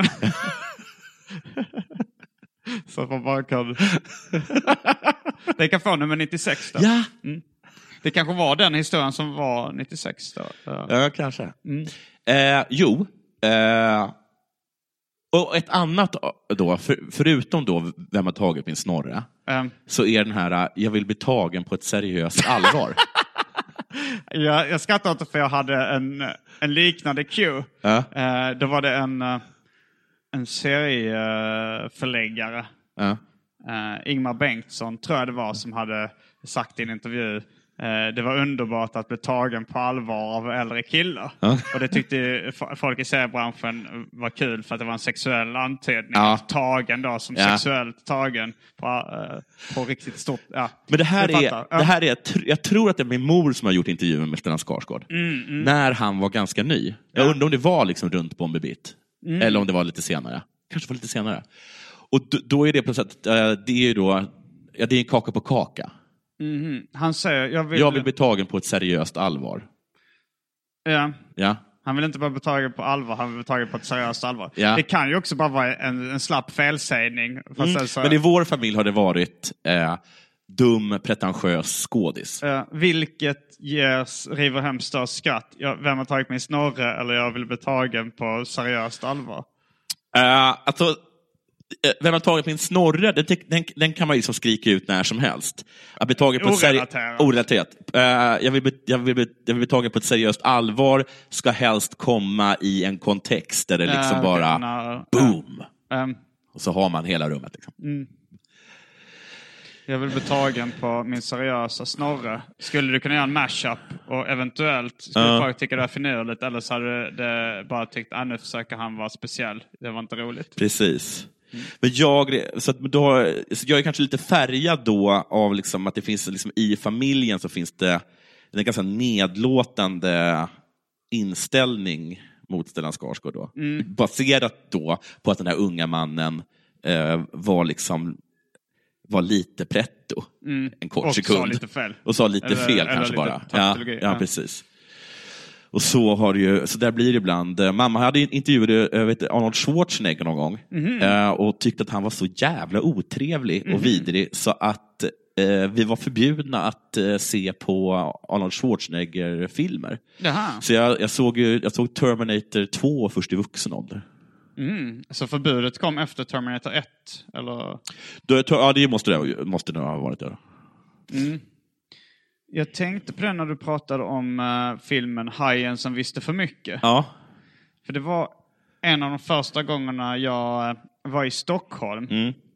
Speaker 6: Så att man bara kan... Det kan få nummer 96 då.
Speaker 7: Ja.
Speaker 6: Det kanske var den historien som var 96 då.
Speaker 7: Ja, kanske. Och ett annat då, förutom då vem har tagit min snorre, så är den här, jag vill bli tagen på ett seriöst allvar.
Speaker 6: Jag skrattar inte för jag hade en liknande cue. Då var det en serieförläggare. Ingmar Bengtsson tror jag det var som hade sagt i en intervju det var underbart att bli tagen på allvar av äldre killar. Och det tyckte folk i seriebranschen var kul för att det var en sexuell antydning. Tagen då som sexuellt tagen på riktigt stort.
Speaker 7: Men det här är jag tror att det är min mor som har gjort intervjun med Stellan Skarsgård. När han var ganska ny. Jag undrar om det var liksom runt Bombebit. Eller om det var lite senare. Kanske var lite senare. Och då är det på sätt det är ju då det är en kaka på kaka.
Speaker 6: Han säger
Speaker 7: jag vill bli tagen på ett seriöst allvar. Ja.
Speaker 6: Han vill inte bara bli tagen på allvar, han vill bli tagen på ett seriöst allvar.
Speaker 7: Ja.
Speaker 6: Det kan ju också bara vara en slapp felsägning.
Speaker 7: Men i vår familj har det varit dum, pretentiös skådis.
Speaker 6: Vilket river hem störst skratt? Vem har tagit min snorre eller jag vill bli tagen på seriöst allvar?
Speaker 7: Alltså vem har tagit min snorre, den kan man ju liksom skrika ut när som helst. Att bli tagen på orelaterat. Jag vill bli tagen på ett seriöst allvar, ska helst komma i en kontext där det liksom boom. Och så har man hela rummet liksom.
Speaker 6: Jag vill bli tagen på min seriösa snorre. Skulle du kunna göra en mashup och eventuellt skulle folk tycka det är finurligt, eller så hade det bara tyckt nu försöker han vara speciell. Det var inte roligt.
Speaker 7: Precis. Men jag är kanske lite färgad då av liksom att det finns liksom i familjen så finns det en ganska nedlåtande inställning mot Stellan Skarsgård då. Baserat då på att den här unga mannen var lite pretto en kort sekund. Och sa lite fel kanske bara. Ja, precis. Och så har det ju, så där blir det ibland. Mamma hade intervjuat Arnold Schwarzenegger någon gång och tyckte att han var så jävla otrevlig och vidrig så att vi var förbjudna att se på Arnold Schwarzenegger-filmer. Så jag såg Terminator 2 först i vuxen ålder.
Speaker 6: Så förbudet kom efter Terminator 1 eller?
Speaker 7: Ja, det måste det ha varit där.
Speaker 6: Jag tänkte på det när du pratade om filmen Hajen som visste för mycket.
Speaker 7: Ja.
Speaker 6: För det var en av de första gångerna jag var i Stockholm.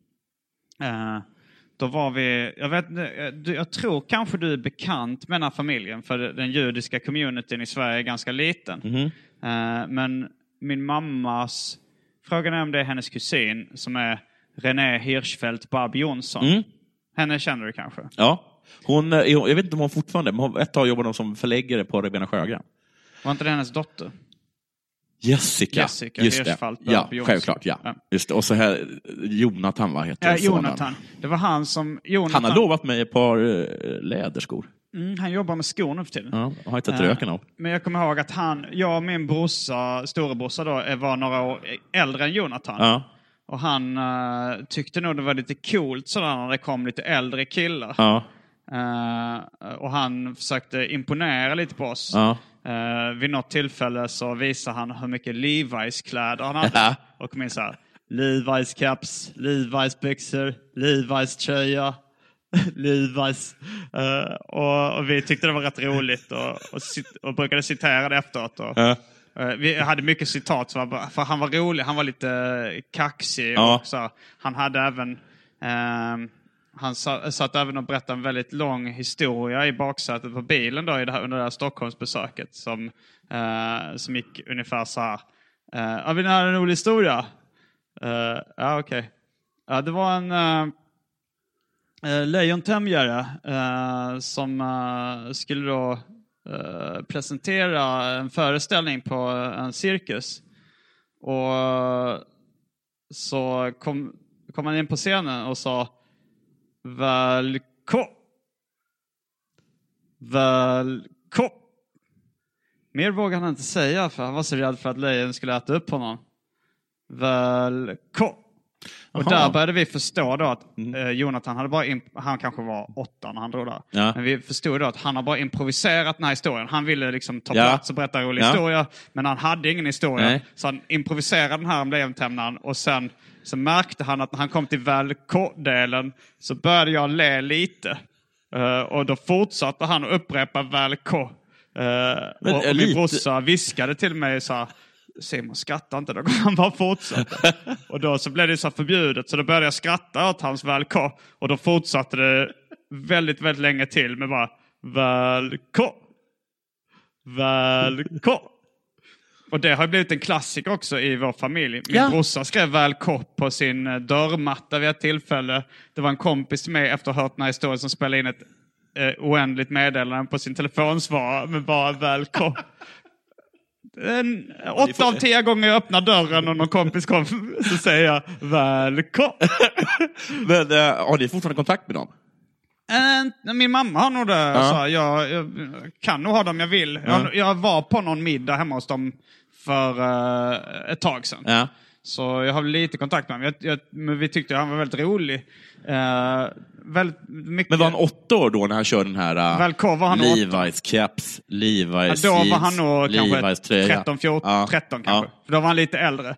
Speaker 6: Då var vi, jag tror kanske du är bekant med den här familjen, för den judiska communityn i Sverige är ganska liten. Men min mammas, frågan är om det är hennes kusin som är René Hirschfeldt Barbie Jonsson. Henne känner du kanske?
Speaker 7: Ja. Jag vet inte om hon fortfarande, men ett tag jobbade hon som förläggare på Rebena Sjögren.
Speaker 6: Var inte det hennes dotter?
Speaker 7: Jessica just det. Ja, självklart, ja. Just det. Och så här Jonathan, vad heter
Speaker 6: Jonathan. Det var han som
Speaker 7: Han har lovat mig ett par läderskor.
Speaker 6: Han jobbar med skor nu för tiden.
Speaker 7: Ja, har inte röken av.
Speaker 6: Men jag kommer ihåg att jag och min storebrorsa då var några år äldre än Jonathan.
Speaker 7: Ja.
Speaker 6: Och han tyckte nog det var lite coolt sådär när det kom lite äldre killar.
Speaker 7: Ja.
Speaker 6: Och han försökte imponera lite på oss. Vid något tillfälle så visade han hur mycket Levi's kläder han hade. Och kom in så här: Levi's caps, Levi's byxor, Levi's tröja, Levi's. Och vi tyckte det var rätt roligt och brukade citera det efteråt. Vi hade mycket citat för han var rolig, han var lite kaxig. Och så. Han hade även... Han satt även och berättade en väldigt lång historia i baksätet på bilen då, under det här Stockholmsbesöket som gick ungefär så här. Vi har en rolig historia. Okej. Det var en lejontämjare som skulle då presentera en föreställning på en cirkus. Och så kom han in på scenen och sa Välkommen. Mer vågade han inte säga för han var så rädd för att lejon skulle äta upp honom. Välkommen. Och där började vi förstå då att Jonathan hade bara han kanske var 8 när han drog där. Ja. Men vi förstod då att han har bara improviserat den här historien. Han ville liksom ta plats och berätta en rolig historia, men han hade ingen historia. Nej. Så han improviserade den här om lejontämnaren och sen så märkte han att när han kom till välko-delen så började jag le lite. Och då fortsatte han att upprepa välko. Och min brorsa viskade till mig så här, Simon, skratta inte, då han bara fortsatte. Och då så blev det så förbjudet, så då började jag skratta åt hans välko. Och då fortsatte det väldigt, väldigt länge till med bara välko. Och det har blivit en klassiker också i vår familj. Min brorsa skrev välko på sin dörrmatta vid ett tillfälle. Det var en kompis till mig efter att ha hört den här historien som spelade in ett oändligt meddelande på sin telefonsvarare med bara välko. 8 av 10 gånger jag öppnar dörren och någon kompis kommer så säger jag välkommen.
Speaker 7: Men har ni fortfarande kontakt med dem?
Speaker 6: Min mamma har nog det. Så jag kan nog ha dem jag vill. Jag var på någon middag hemma hos dem för ett tag sedan. Så jag har lite kontakt med dem. Men vi tyckte han var väldigt rolig. Väldigt mycket...
Speaker 7: Men var han 8 år då när han körde den här Levi's caps, Levi's jeans,
Speaker 6: då var han nog
Speaker 7: Levi's tröja.
Speaker 6: 13, 14, 13 kanske. För då var han lite äldre.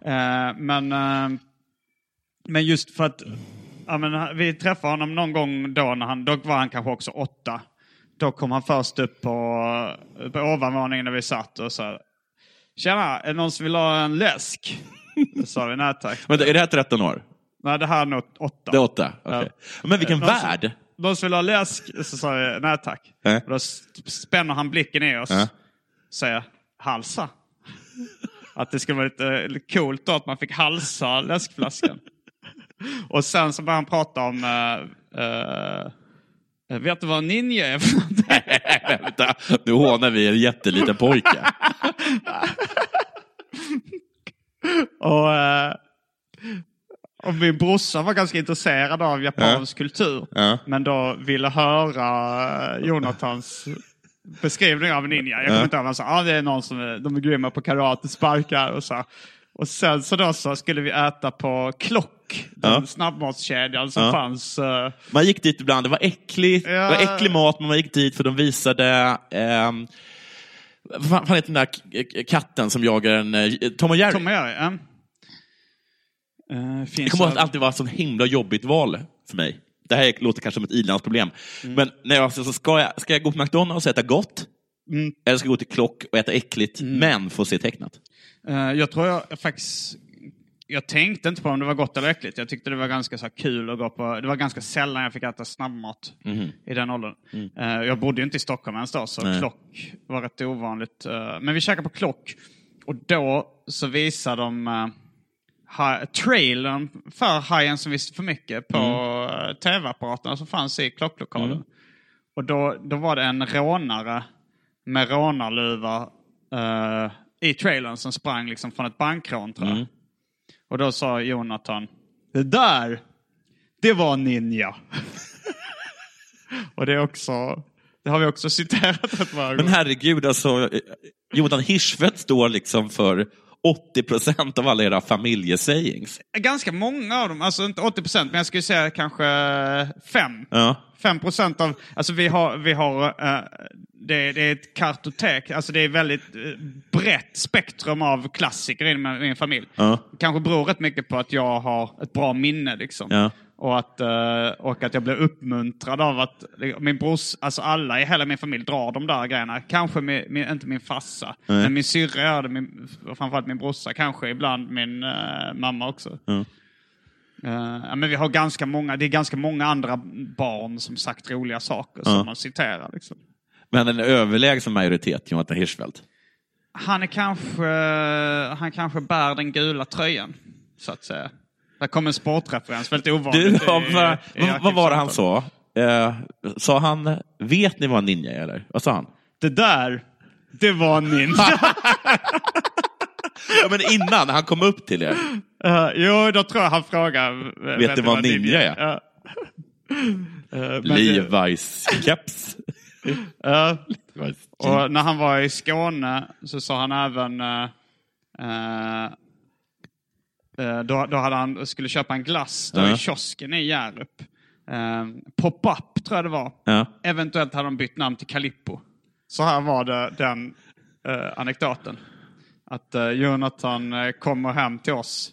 Speaker 6: Men just för att vi träffade honom någon gång då då var han kanske också 8. Då kom han först upp på ovanvåningen när vi satt och sa: tjena, är det någon som vill ha en läsk? Då sa vi nej tack.
Speaker 7: Men är det här 13 år?
Speaker 6: Nej, det här är nog 8.
Speaker 7: Det är 8, okej. Men vilken värld!
Speaker 6: De som vill ha läsk, så sa vi nej tack. Och då spänner han blicken i oss. Säger, halsa. Att det skulle vara lite coolt då att man fick halsa läskflaskan. Och sen så började han prata om vet du vad ninja är för någonting?
Speaker 7: Vänta, nu hånar vi en jätteliten pojke.
Speaker 6: Och min brorsa var ganska intresserad av japansk kultur. Men då ville höra Jonathans beskrivning av ninja. Jag kommer inte ihåg, han sa, det är någon som de är grymma på karate, sparkar och så. Och sen så skulle vi äta på Klock, den snabbmatskedjan som fanns.
Speaker 7: Man gick dit ibland, det var äckligt. Det var äcklig mat, men man gick dit för de visade... vad fan heter den där katten som jagar en Tom och Jerry?
Speaker 6: Tom och Jerry,
Speaker 7: jag kommer att alltid vara så himla jobbigt val för mig. Det här låter kanske som ett ilandsproblem. Men när jag så ska jag gå på McDonald's och äta gott? Eller ska jag gå till Klock och äta äckligt men få se tecknat?
Speaker 6: Jag tror jag tänkte inte på om det var gott eller äckligt. Jag tyckte det var ganska så kul att gå på. Det var ganska sällan jag fick äta snabbmat i den åldern. Jag bodde ju inte i Stockholm ens då, så Klock var rätt ovanligt. Men vi käkade på Klock. Och då så visade de trailern för Hajen som visste för mycket på tv-apparaterna som fanns i Klocklokalen. Och då var det en rånare med rånarluva i trailern som sprang liksom från ett bankrån, tror jag. Och då sa Jonathan, det var ninja. Och det har vi också citerat ett par gånger.
Speaker 7: Men herregud, alltså Jonathan Hirschfeldt står liksom för 80% av alla era familjesayings.
Speaker 6: Ganska många av dem, alltså inte 80%, men jag skulle säga kanske 5% av, alltså vi har det är ett kartotek, alltså det är väldigt brett spektrum av klassiker i min familj. Kanske beror rätt mycket på att jag har ett bra minne liksom. Och att jag blev uppmuntrad av att min brors, alltså alla i hela min familj drar de där grejerna. Kanske inte min farsa, men min syrra gör det, framförallt min brorsa, kanske ibland min mamma också. Men vi har ganska många, det är ganska många andra barn som sagt roliga saker som man citerar liksom.
Speaker 7: Men en överlägsen majoritet, Jonathan Hirschfeldt.
Speaker 6: Han kanske bär den gula tröjan, så att säga. Där kommer en sportreferens, väldigt ovanligt.
Speaker 7: Vad var det han sa? Sa han, vet ni vad en ninja är, eller? Vad sa han?
Speaker 6: Det var en ninja.
Speaker 7: Ja, men innan han kom upp till er.
Speaker 6: Jo, då tror jag han frågar.
Speaker 7: Vet du vad en ninja är? Levi's caps.
Speaker 6: Och när han var i Skåne så sa han även... Då hade han skulle köpa en glass i kiosken i Hjärup. Pop-up tror jag det var. Eventuellt hade de bytt namn till Calippo. Så här var det den anekdoten. Att Jonathan kommer hem till oss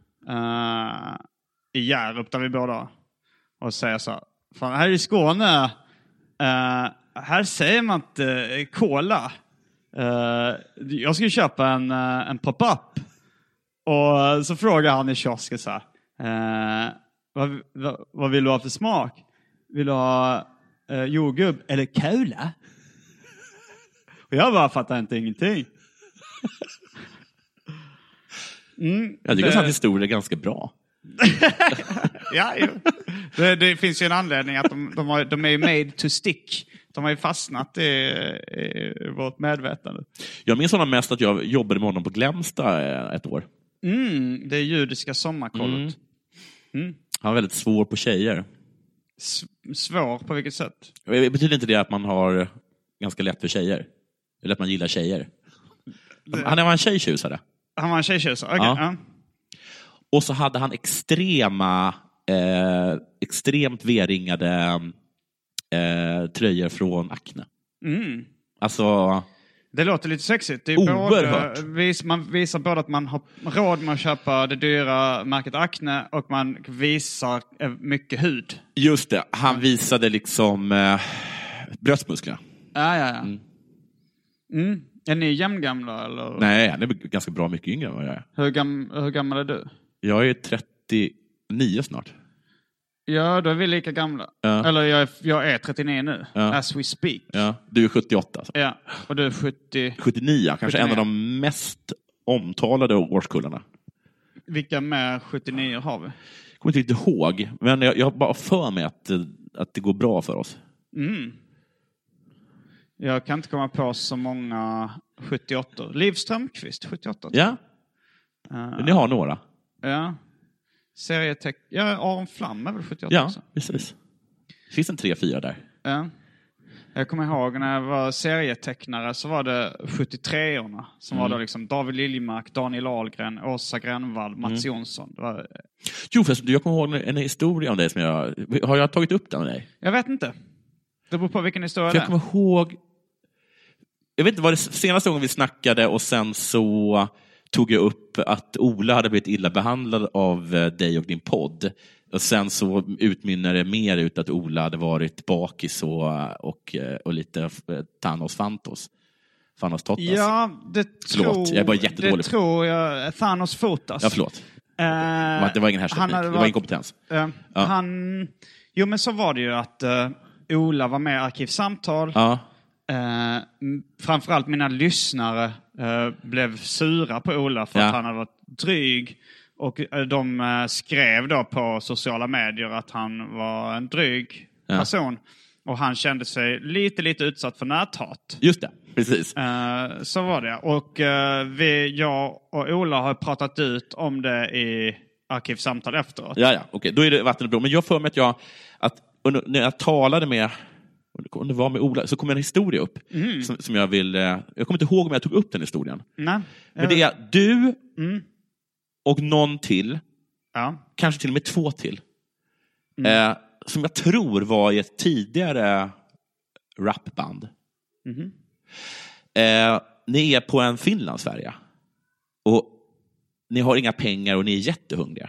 Speaker 6: i Hjärup där vi bor då. Och säger så: fan, här i Skåne här säger man inte cola. Jag skulle köpa en pop-up. Och så frågar han i kiosken så här: vad vill du ha för smak? Vill du ha jordgubb eller cola? Och jag bara fattar inte ingenting.
Speaker 7: Jag tycker att hans historia är ganska bra.
Speaker 6: Ja, det finns ju en anledning att de är ju made to stick. De har ju fastnat i vårt medvetande.
Speaker 7: Jag minns honom mest att jag jobbade med honom på Glämsta ett år.
Speaker 6: Det är judiska sommarkollet.
Speaker 7: Han var väldigt svår på tjejer.
Speaker 6: Svår på vilket sätt?
Speaker 7: Betyder inte det att man har ganska lätt för tjejer? Eller att man gillar tjejer? Han var en tjejtjusare.
Speaker 6: Han var en tjejtjusare, okej.
Speaker 7: Ja. Och så hade han extremt V-ringade tröjor från Acne. Alltså...
Speaker 6: Det låter lite sexigt. Det är
Speaker 7: oerhört.
Speaker 6: Man visar både att man har råd med att köpa det dyra märket Acne och man visar mycket hud.
Speaker 7: Just det. Han visade liksom bröstmusklerna.
Speaker 6: Ja. Är ni jämngamla eller?
Speaker 7: Nej, han är ganska bra mycket yngre än vad jag är.
Speaker 6: Hur gammal är du?
Speaker 7: Jag är 39 snart.
Speaker 6: Ja, då är vi lika gamla.
Speaker 7: Ja.
Speaker 6: Eller jag är 39 nu. Ja. As we speak.
Speaker 7: Ja, du är 78 alltså.
Speaker 6: Ja, och du är 79.
Speaker 7: 79, kanske 79. En av de mest omtalade årskullarna.
Speaker 6: Vilka med 79 har vi?
Speaker 7: Jag kommer inte riktigt ihåg, men jag har bara för mig att det går bra för oss.
Speaker 6: Jag kan inte komma på så många 78. Liv Strömqvist, 78.
Speaker 7: Ja, ni har några.
Speaker 6: Ja. Aron Flam är väl 78
Speaker 7: ja,
Speaker 6: också.
Speaker 7: Precis. Det finns en 3-4 där.
Speaker 6: Ja. Jag kommer ihåg när jag var serietecknare så var det 73orna som var då liksom David Liljemark, Daniel Ahlgren, Åsa Grönvall, Mats Jonsson. Det var...
Speaker 7: Jo, förresten, jag kommer ihåg en historia om dig som har jag tagit upp den med dig?
Speaker 6: Jag vet inte. Det beror på vilken historia
Speaker 7: det är. Jag kommer ihåg... Jag vet inte, var det senaste gången vi snackade och sen så tog jag upp att Ola hade blivit illa behandlad av dig och din podd. Och sen så utmynnade det mer ut att Ola hade varit bakis och lite Thanos Fantos. Thanos Tottas.
Speaker 6: Ja,
Speaker 7: jag är bara jättedålig.
Speaker 6: Det tror jag. Thanos Fotas.
Speaker 7: Ja, förlåt. Det var ingen härskarteknik. Det var inkompetens.
Speaker 6: Jo, men så var det ju att Ola var med i Arkivsamtal.
Speaker 7: Ja.
Speaker 6: Framförallt mina lyssnare blev sura på Ola för att han hade varit dryg. Och de skrev då på sociala medier att han var en dryg person. Och han kände sig lite utsatt för näthat.
Speaker 7: Just det, precis.
Speaker 6: Så var det. Och jag och Ola har pratat ut om det i Arkivsamtal efteråt.
Speaker 7: Ja, okej. Då är det vatten och blod. Men jag för mig att när jag talade med... om det var med Ola, så kom en historia upp som jag vill... Jag kommer inte ihåg om jag tog upp den historien.
Speaker 6: Nej.
Speaker 7: Men det är du och någon till, kanske till och med 2 till, som jag tror var i ett tidigare rapband. Ni är på en Finlandsfärja och ni har inga pengar och ni är jättehungriga.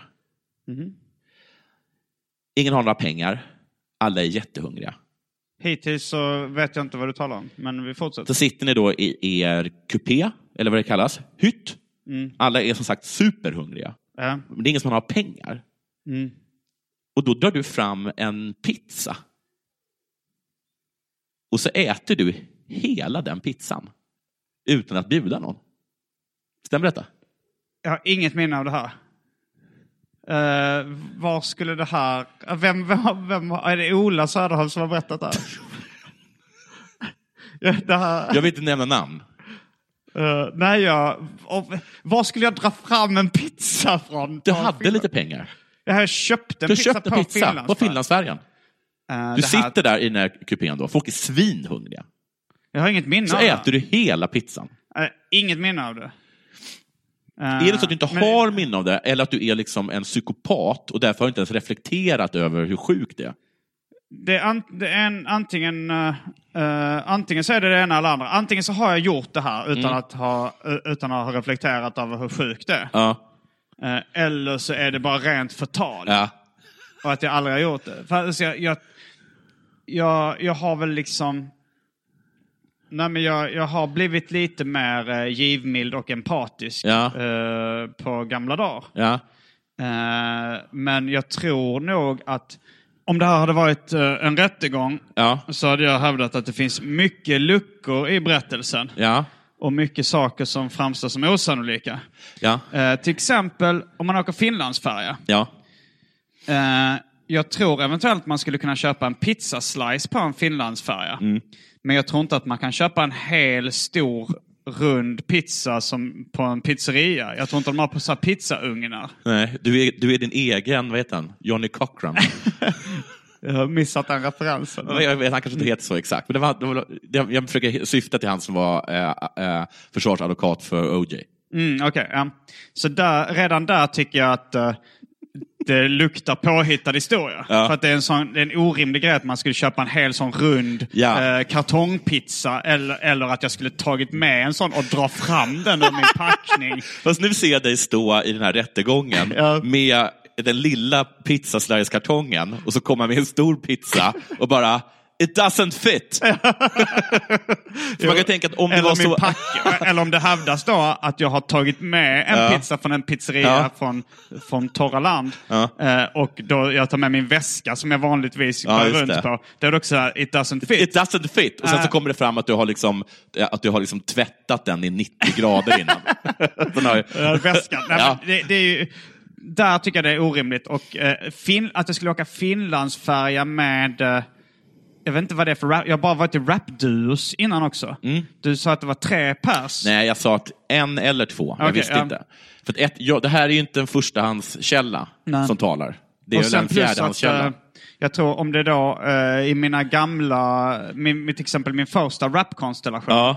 Speaker 7: Ingen har några pengar. Alla är jättehungriga.
Speaker 6: Hittills så vet jag inte vad du talar om, men vi fortsätter.
Speaker 7: Så sitter ni då i er kupé, eller vad det kallas, hytt. Alla är som sagt superhungriga. Men det är ingen som har pengar. Och då drar du fram en pizza. Och så äter du hela den pizzan utan att bjuda någon. Stämmer detta?
Speaker 6: Jag har inget minne av det här. Var skulle det här... Vem är det Ola Söderholm som har berättat det här?
Speaker 7: Jag vill inte nämna namn.
Speaker 6: Var skulle jag dra fram en pizza från?
Speaker 7: Du hade lite pengar.
Speaker 6: Jag köpte en pizza
Speaker 7: på Finlandsfärjan. Du sitter där i den här kupén då. Folk är svinhungriga.
Speaker 6: Jag har inget minne
Speaker 7: så
Speaker 6: av det.
Speaker 7: Så äter du hela pizzan.
Speaker 6: Inget minne av det.
Speaker 7: Är det så att du inte har minne av det, eller att du är liksom en psykopat och därför har inte ens reflekterat över hur sjukt det är?
Speaker 6: Det är antingen så är det ena eller andra. Antingen så har jag gjort det här utan att ha reflekterat över hur sjukt det är.
Speaker 7: Ja.
Speaker 6: Eller så är det bara rent förtal.
Speaker 7: Ja.
Speaker 6: Och att jag aldrig har gjort det. För alltså, jag har väl liksom... Nej, men jag har blivit lite mer givmild och empatisk på gamla dagar.
Speaker 7: Ja.
Speaker 6: Men jag tror nog att om det här hade varit en rättegång så hade jag hävdat att det finns mycket luckor i berättelsen.
Speaker 7: Ja.
Speaker 6: Och mycket saker som framstår som osannolika.
Speaker 7: Ja.
Speaker 6: Till exempel om man åker Finlandsfärja.
Speaker 7: Ja.
Speaker 6: Jag tror eventuellt man skulle kunna köpa en pizzaslice på en Finlandsfärja. Men jag tror inte att man kan köpa en hel stor rund pizza som på en pizzeria. Jag tror inte de har på så här pizzaugnar. Nej,
Speaker 7: du är din egen, vad heter han? Johnny Cochran.
Speaker 6: Jag har missat den referensen.
Speaker 7: Jag vet, han kanske inte heter så exakt. Men jag försöker syfta till han som var försvarsadvokat för O.J.
Speaker 6: Okej. Så redan där tycker jag att det luktar påhittad historia. Ja. För att det är en orimlig grej att man skulle köpa en hel sån rund kartongpizza eller att jag skulle tagit med en sån och dra fram den ur min packning.
Speaker 7: Fast nu ser jag dig stå i den här rättegången med den lilla pizzaslice-kartongen och så kommer med en stor pizza och bara... It doesn't fit. Man kan tänka att om det var så...
Speaker 6: eller om det hävdas då att jag har tagit med en pizza från en pizzeria från Torra land. Och då jag tar med min väska som jag vanligtvis går runt på. Det är också här, it doesn't fit.
Speaker 7: It doesn't fit. Och sen så kommer det fram att du har liksom tvättat den i 90 grader innan.
Speaker 6: Väskan. Nej, det är ju... Där tycker jag det är orimligt. Och att jag skulle åka Finlandsfärja med... Jag vet inte vad det är för rap. Jag har bara varit i rapduos innan också. Du sa att det var 3 pers.
Speaker 7: Nej, jag sa att 1 eller 2. Jag visste inte. För att det här är ju inte en förstahandskälla som talar. Det är ju en fjärdehandskälla.
Speaker 6: Jag tror om det då i mina gamla... till exempel min första rapkonstellation.
Speaker 7: Ja.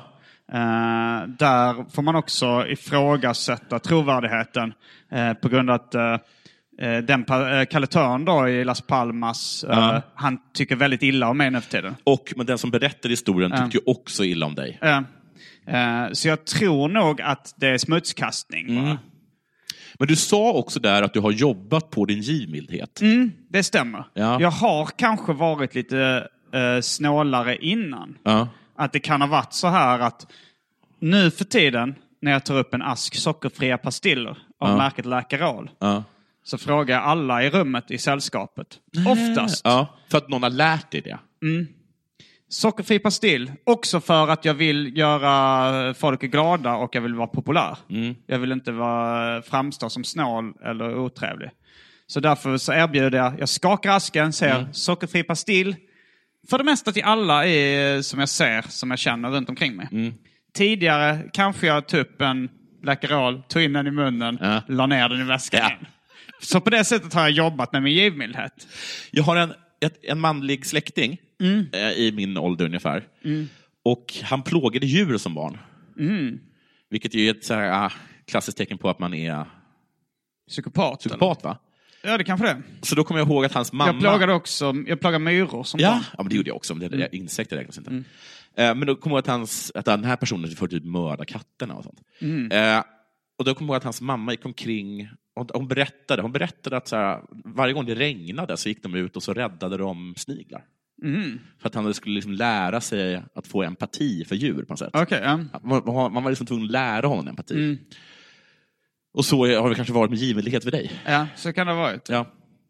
Speaker 6: Där får man också ifrågasätta trovärdigheten. På grund av att... den Kalle Törn då i Las Palmas han tycker väldigt illa om mig nu för tiden.
Speaker 7: Men den som berättar historien tyckte ju också illa om dig.
Speaker 6: Så jag tror nog att det är smutskastning bara.
Speaker 7: Men du sa också där att du har jobbat på din givmildhet.
Speaker 6: Det stämmer. Jag har kanske varit lite snålare innan. Att det kan ha varit så här att nu för tiden när jag tar upp en ask sockerfria pastiller av märket Läkerol så frågar alla i rummet i sällskapet. Oftast.
Speaker 7: För att någon har lärt dig det.
Speaker 6: Sockerfri pastill. Också för att jag vill göra folk glada och jag vill vara populär. Jag vill inte framstå som snål eller otrevlig. Så därför så erbjuder jag skakar asken, säger sockerfri pastill. För det mesta till alla som jag känner runt omkring mig. Tidigare kanske jag tog upp en Läkerol, tog in den i munnen, la ner den i väskan. Så på det sättet har jag jobbat med min givmildhet.
Speaker 7: Jag har en manlig släkting i min ålder ungefär. Och han plågade djur som barn. Vilket är ett så här, klassiskt tecken på att man är
Speaker 6: psykopat
Speaker 7: va?
Speaker 6: Ja, det kanske det.
Speaker 7: Så då kommer jag ihåg att hans mamma...
Speaker 6: Jag plågade myror som barn.
Speaker 7: Ja, men det gjorde jag också. Men det insekter räknas inte. Men då kommer jag ihåg att den här personen får typ mörda katterna och sånt. Och då kommer jag ihåg att hans mamma gick omkring... Hon berättade att så här, varje gång det regnade så gick de ut och så räddade de sniglar. För att han skulle liksom lära sig att få empati för djur på något sätt.
Speaker 6: Okay,
Speaker 7: man var liksom tvungen att lära honom empati. Och så har det kanske varit med givmildhet för dig.
Speaker 6: Ja, så kan det ha varit.
Speaker 7: Ja.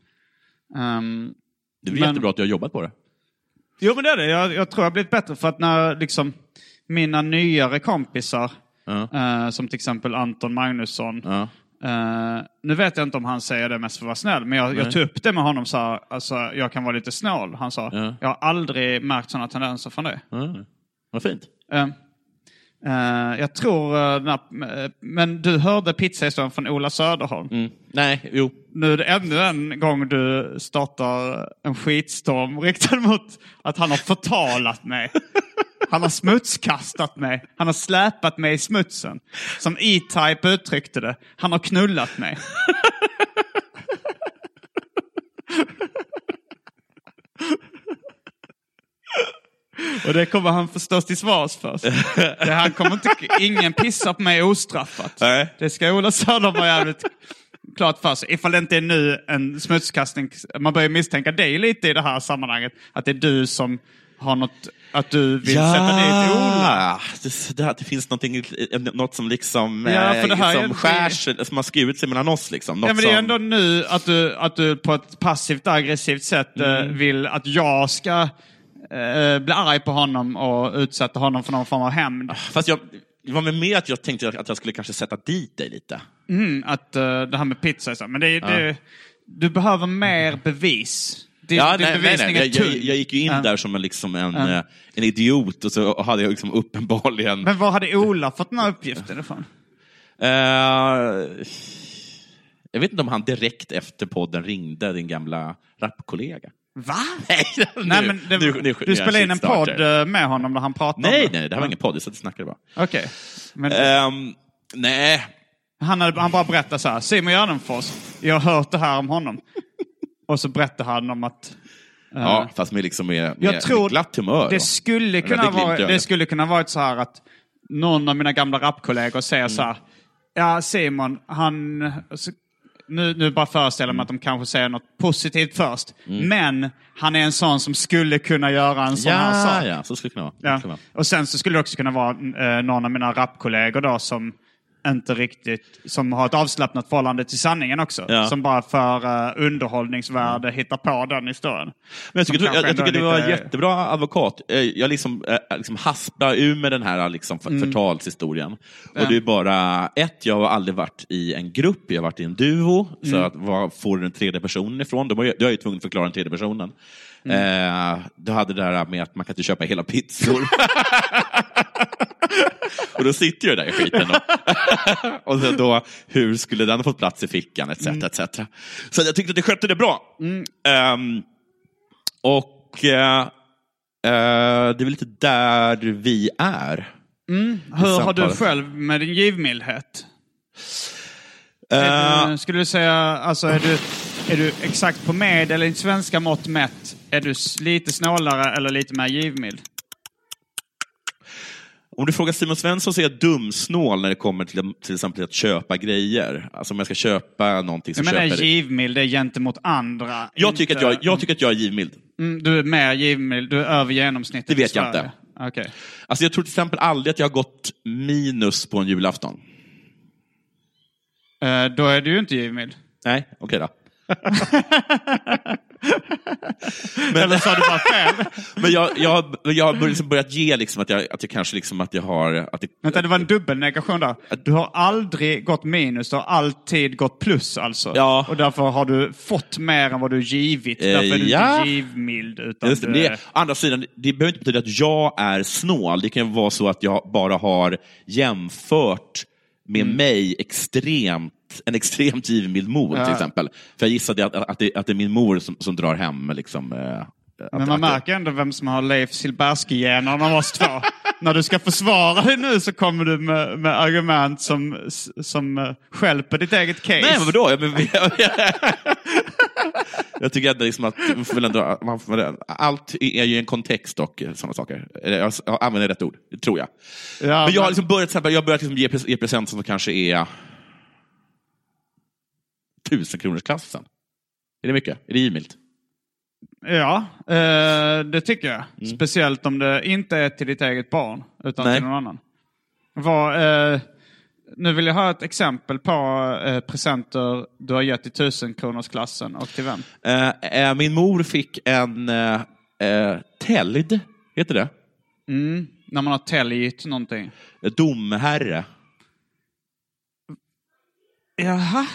Speaker 7: Det är jättebra att du har jobbat på det.
Speaker 6: Jo, men det är det. Jag tror jag har blivit bättre för att när liksom mina nyare kompisar, som till exempel Anton Magnusson, nu vet jag inte om han säger det mest för att vara snäll, men jag tog upp det med honom, sa alltså, jag kan vara lite snål. Han sa, jag har aldrig märkt sådana tendenser från det.
Speaker 7: Vad fint.
Speaker 6: Jag tror, men du hörde pizzahistorien från Ola Söderholm.
Speaker 7: Nej, jo.
Speaker 6: Nu är det ännu en gång du startar en skitstorm riktad mot att han har förtalat mig. Han har smutskastat mig. Han har släpat mig i smutsen. Som E-Type uttryckte det. Han har knullat mig. Och det kommer han förstås till svars för. Han kommer inte, ingen pissar på mig ostraffat.
Speaker 7: Nej.
Speaker 6: Det ska Ola Söderholm vara jävligt klart för sig. Ifall det inte är nu en smutskastning. Man börjar misstänka dig lite i det här sammanhanget. Att det är du som har något, att du vill sätta dig till Ola.
Speaker 7: Det finns något som liksom
Speaker 6: för det här
Speaker 7: som skärs, som har skurit sig mellan oss liksom. Något
Speaker 6: men det är ändå nu att du på ett passivt aggressivt sätt vill att jag ska bli arg på honom och utsätta honom för någon form av hämnd.
Speaker 7: Fast jag var med att jag tänkte att jag skulle kanske sätta dit dig lite.
Speaker 6: Att det här med pizza, men du behöver mer bevis.
Speaker 7: Nej. Jag gick ju in där som en idiot och så hade jag liksom uppenbarligen...
Speaker 6: Men vad hade Ola fått den här uppgiften ifrån?
Speaker 7: Jag vet inte om han direkt efter podden ringde din gamla rapkollega.
Speaker 6: Va?
Speaker 7: Nej,
Speaker 6: men du spelade in en podd med honom där han pratade
Speaker 7: Nej, det här var ingen podd, så det snackade bara.
Speaker 6: Okej. Men
Speaker 7: nej.
Speaker 6: Han bara berättade så här: Simon Gärdenfors, jag har hört det här om honom. Och så berättade han om att...
Speaker 7: ja, fast med liksom med glatt humör.
Speaker 6: Det skulle kunna vara så här att någon av mina gamla rapkollegor säger så här: ja, Simon, han... Nu bara föreställer mig att de kanske säger något positivt först. Men han är en sån som skulle kunna göra en sån här sak.
Speaker 7: Ja, så skulle det kunna vara.
Speaker 6: Och sen så skulle det också kunna vara någon av mina rapkollegor då som inte riktigt, som har ett avslappnat förhållande till sanningen också. Ja. Som bara för underhållningsvärde hittar på den historien.
Speaker 7: Men jag tycker du var jättebra advokat. Jag liksom hasplar ur med den här liksom förtalshistorien. Och det är bara jag har aldrig varit i en grupp, jag har varit i en duo. Så att, var får du den tredje personen ifrån? Då är jag ju tvungen att förklara den tredje personen. Du hade det där med att man kan inte köpa hela pizzor. Och då sitter jag där i skiten då. Och då, hur skulle den ha fått plats i fickan, etc. Så jag tyckte att det skötte det bra. Det är väl lite där vi är.
Speaker 6: Hur har du själv med din givmildhet? Skulle du säga, alltså är du exakt på med eller i svenska mått mätt? Är du lite snålare eller lite mer givmild?
Speaker 7: Om du frågar Simon Svensson så är jag dumsnål när det kommer till exempel att köpa grejer. Alltså om jag ska köpa någonting så köper jag det. Men
Speaker 6: är givmild det gentemot andra?
Speaker 7: Jag tycker att jag är givmild.
Speaker 6: Du är mer givmild, du är över genomsnittet.
Speaker 7: Det vet jag inte.
Speaker 6: Okay.
Speaker 7: Alltså jag tror till exempel aldrig att jag har gått minus på en julafton.
Speaker 6: Då är du ju inte givmild.
Speaker 7: Nej, okej då.
Speaker 6: Eller sa du bara fel?
Speaker 7: Men jag har liksom börjat ge liksom att jag kanske liksom att jag har
Speaker 6: Vänta, det var en dubbelnegation där. Du har aldrig gått minus, du har alltid gått plus alltså.
Speaker 7: Ja.
Speaker 6: Och därför har du fått mer än vad du givit. Därför är du inte givmild utan
Speaker 7: andra sidan, det behöver inte betyda att jag är snål. Det kan vara så att jag bara har jämfört med mig en extremt givmild mor till exempel. För jag gissade att det är min mor som drar hem liksom,
Speaker 6: Men man märker ändå vem som har Leif Silbersky-generna av oss två. När du ska försvara dig nu så kommer du med argument som stjälper ditt eget case.
Speaker 7: Nej, men vadå? Jag tycker ändå liksom att allt är ju en kontext och sådana saker. Jag använder rätt ord, tror jag. Ja, men jag har liksom börjat liksom ge present som kanske är 1000 kronors klassen. Är det mycket? Är det givmilt?
Speaker 6: Ja, det tycker jag. Speciellt om det inte är till ditt eget barn utan till någon annan. Nu vill jag ha ett exempel på presenter du har gett i 1000 kronors klassen och till vem?
Speaker 7: Min mor fick en täljd, heter det?
Speaker 6: När man har täljt någonting.
Speaker 7: Domherre.
Speaker 6: Jaha.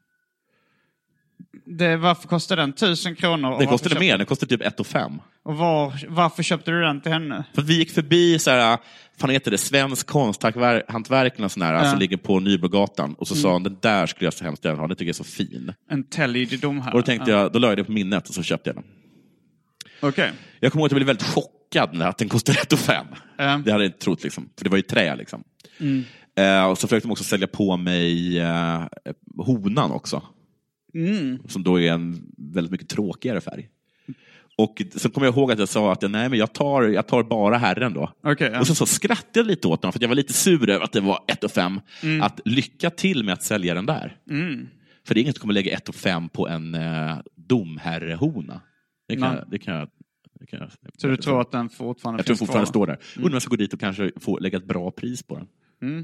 Speaker 6: Varför kostar den 1000 kronor?
Speaker 7: Den kostade mer, den kostade typ 1 500.
Speaker 6: Och varför köpte du den till henne?
Speaker 7: För vi gick förbi så här, fan heter det, Svensk konsthantverk och sån här, som ligger på Nybrogatan. Och så sa han, den där skulle jag så hemskt gärna ha, det tycker jag är så fin.
Speaker 6: En täljd dom här.
Speaker 7: Och då tänkte jag, då la jag det på minnet och så köpte jag den.
Speaker 6: Okej.
Speaker 7: Jag kommer ihåg att jag blev väldigt chockad när att den kostade 1 500. Det hade jag inte trott liksom, för det var ju trä liksom. Och så försökte de också sälja på mig honan också. Som då är en väldigt mycket tråkigare färg. Och så kommer jag ihåg att jag sa att nej, men jag tar bara herren då.
Speaker 6: Okay,
Speaker 7: Och så skrattade jag lite åt dem för att jag var lite sur över att det var 1 500. Att lycka till med att sälja den där. För det är inget som kommer lägga 1 500 på en domherrehona. Det kan jag.
Speaker 6: Så du tror att den fortfarande
Speaker 7: jag tror fortfarande står där. Undrar om jag ska gå dit och kanske få lägga ett bra pris på den.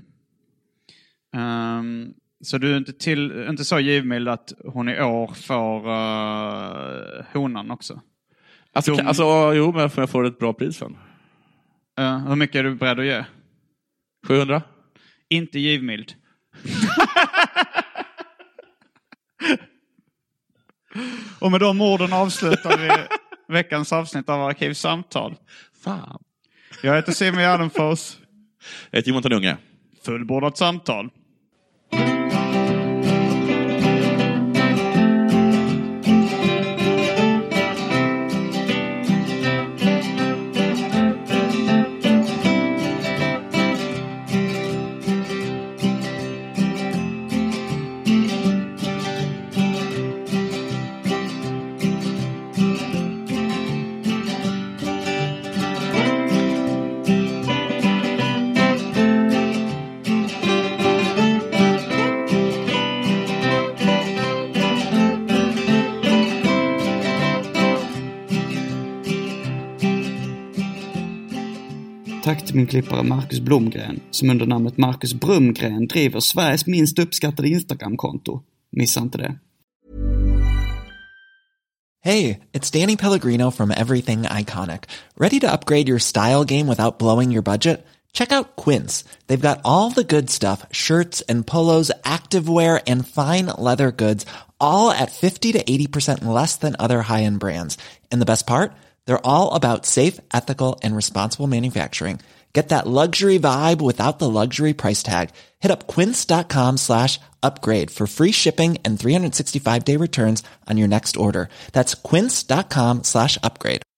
Speaker 6: Så du är inte så givmild att hon i år får honan också?
Speaker 7: Jo, men jag får ett bra pris för den.
Speaker 6: Hur mycket är du beredd att ge?
Speaker 7: 700?
Speaker 6: Inte givmild. Och med de orden avslutar vi veckans avsnitt av Arkivsamtal.
Speaker 7: Fan.
Speaker 6: Jag heter Simon Gärdenfors.
Speaker 7: Jag heter Johan Unge.
Speaker 6: Fullbordat samtal.
Speaker 5: Tack till min klippare Marcus Blomgren, som under namnet Marcus Brumgren driver Sveriges minst uppskattade Instagram-konto. Missa inte det.
Speaker 9: Hey, it's Danny Pellegrino from Everything Iconic. Ready to upgrade your style game without blowing your budget? Check out Quince. They've got all the good stuff, shirts and polos, activewear, and fine leather goods, all at 50 to 80% less than other high-end brands. And the best part? They're all about safe, ethical, and responsible manufacturing. Get that luxury vibe without the luxury price tag. Hit up quince.com/upgrade for free shipping and 365-day returns on your next order. That's quince.com/upgrade.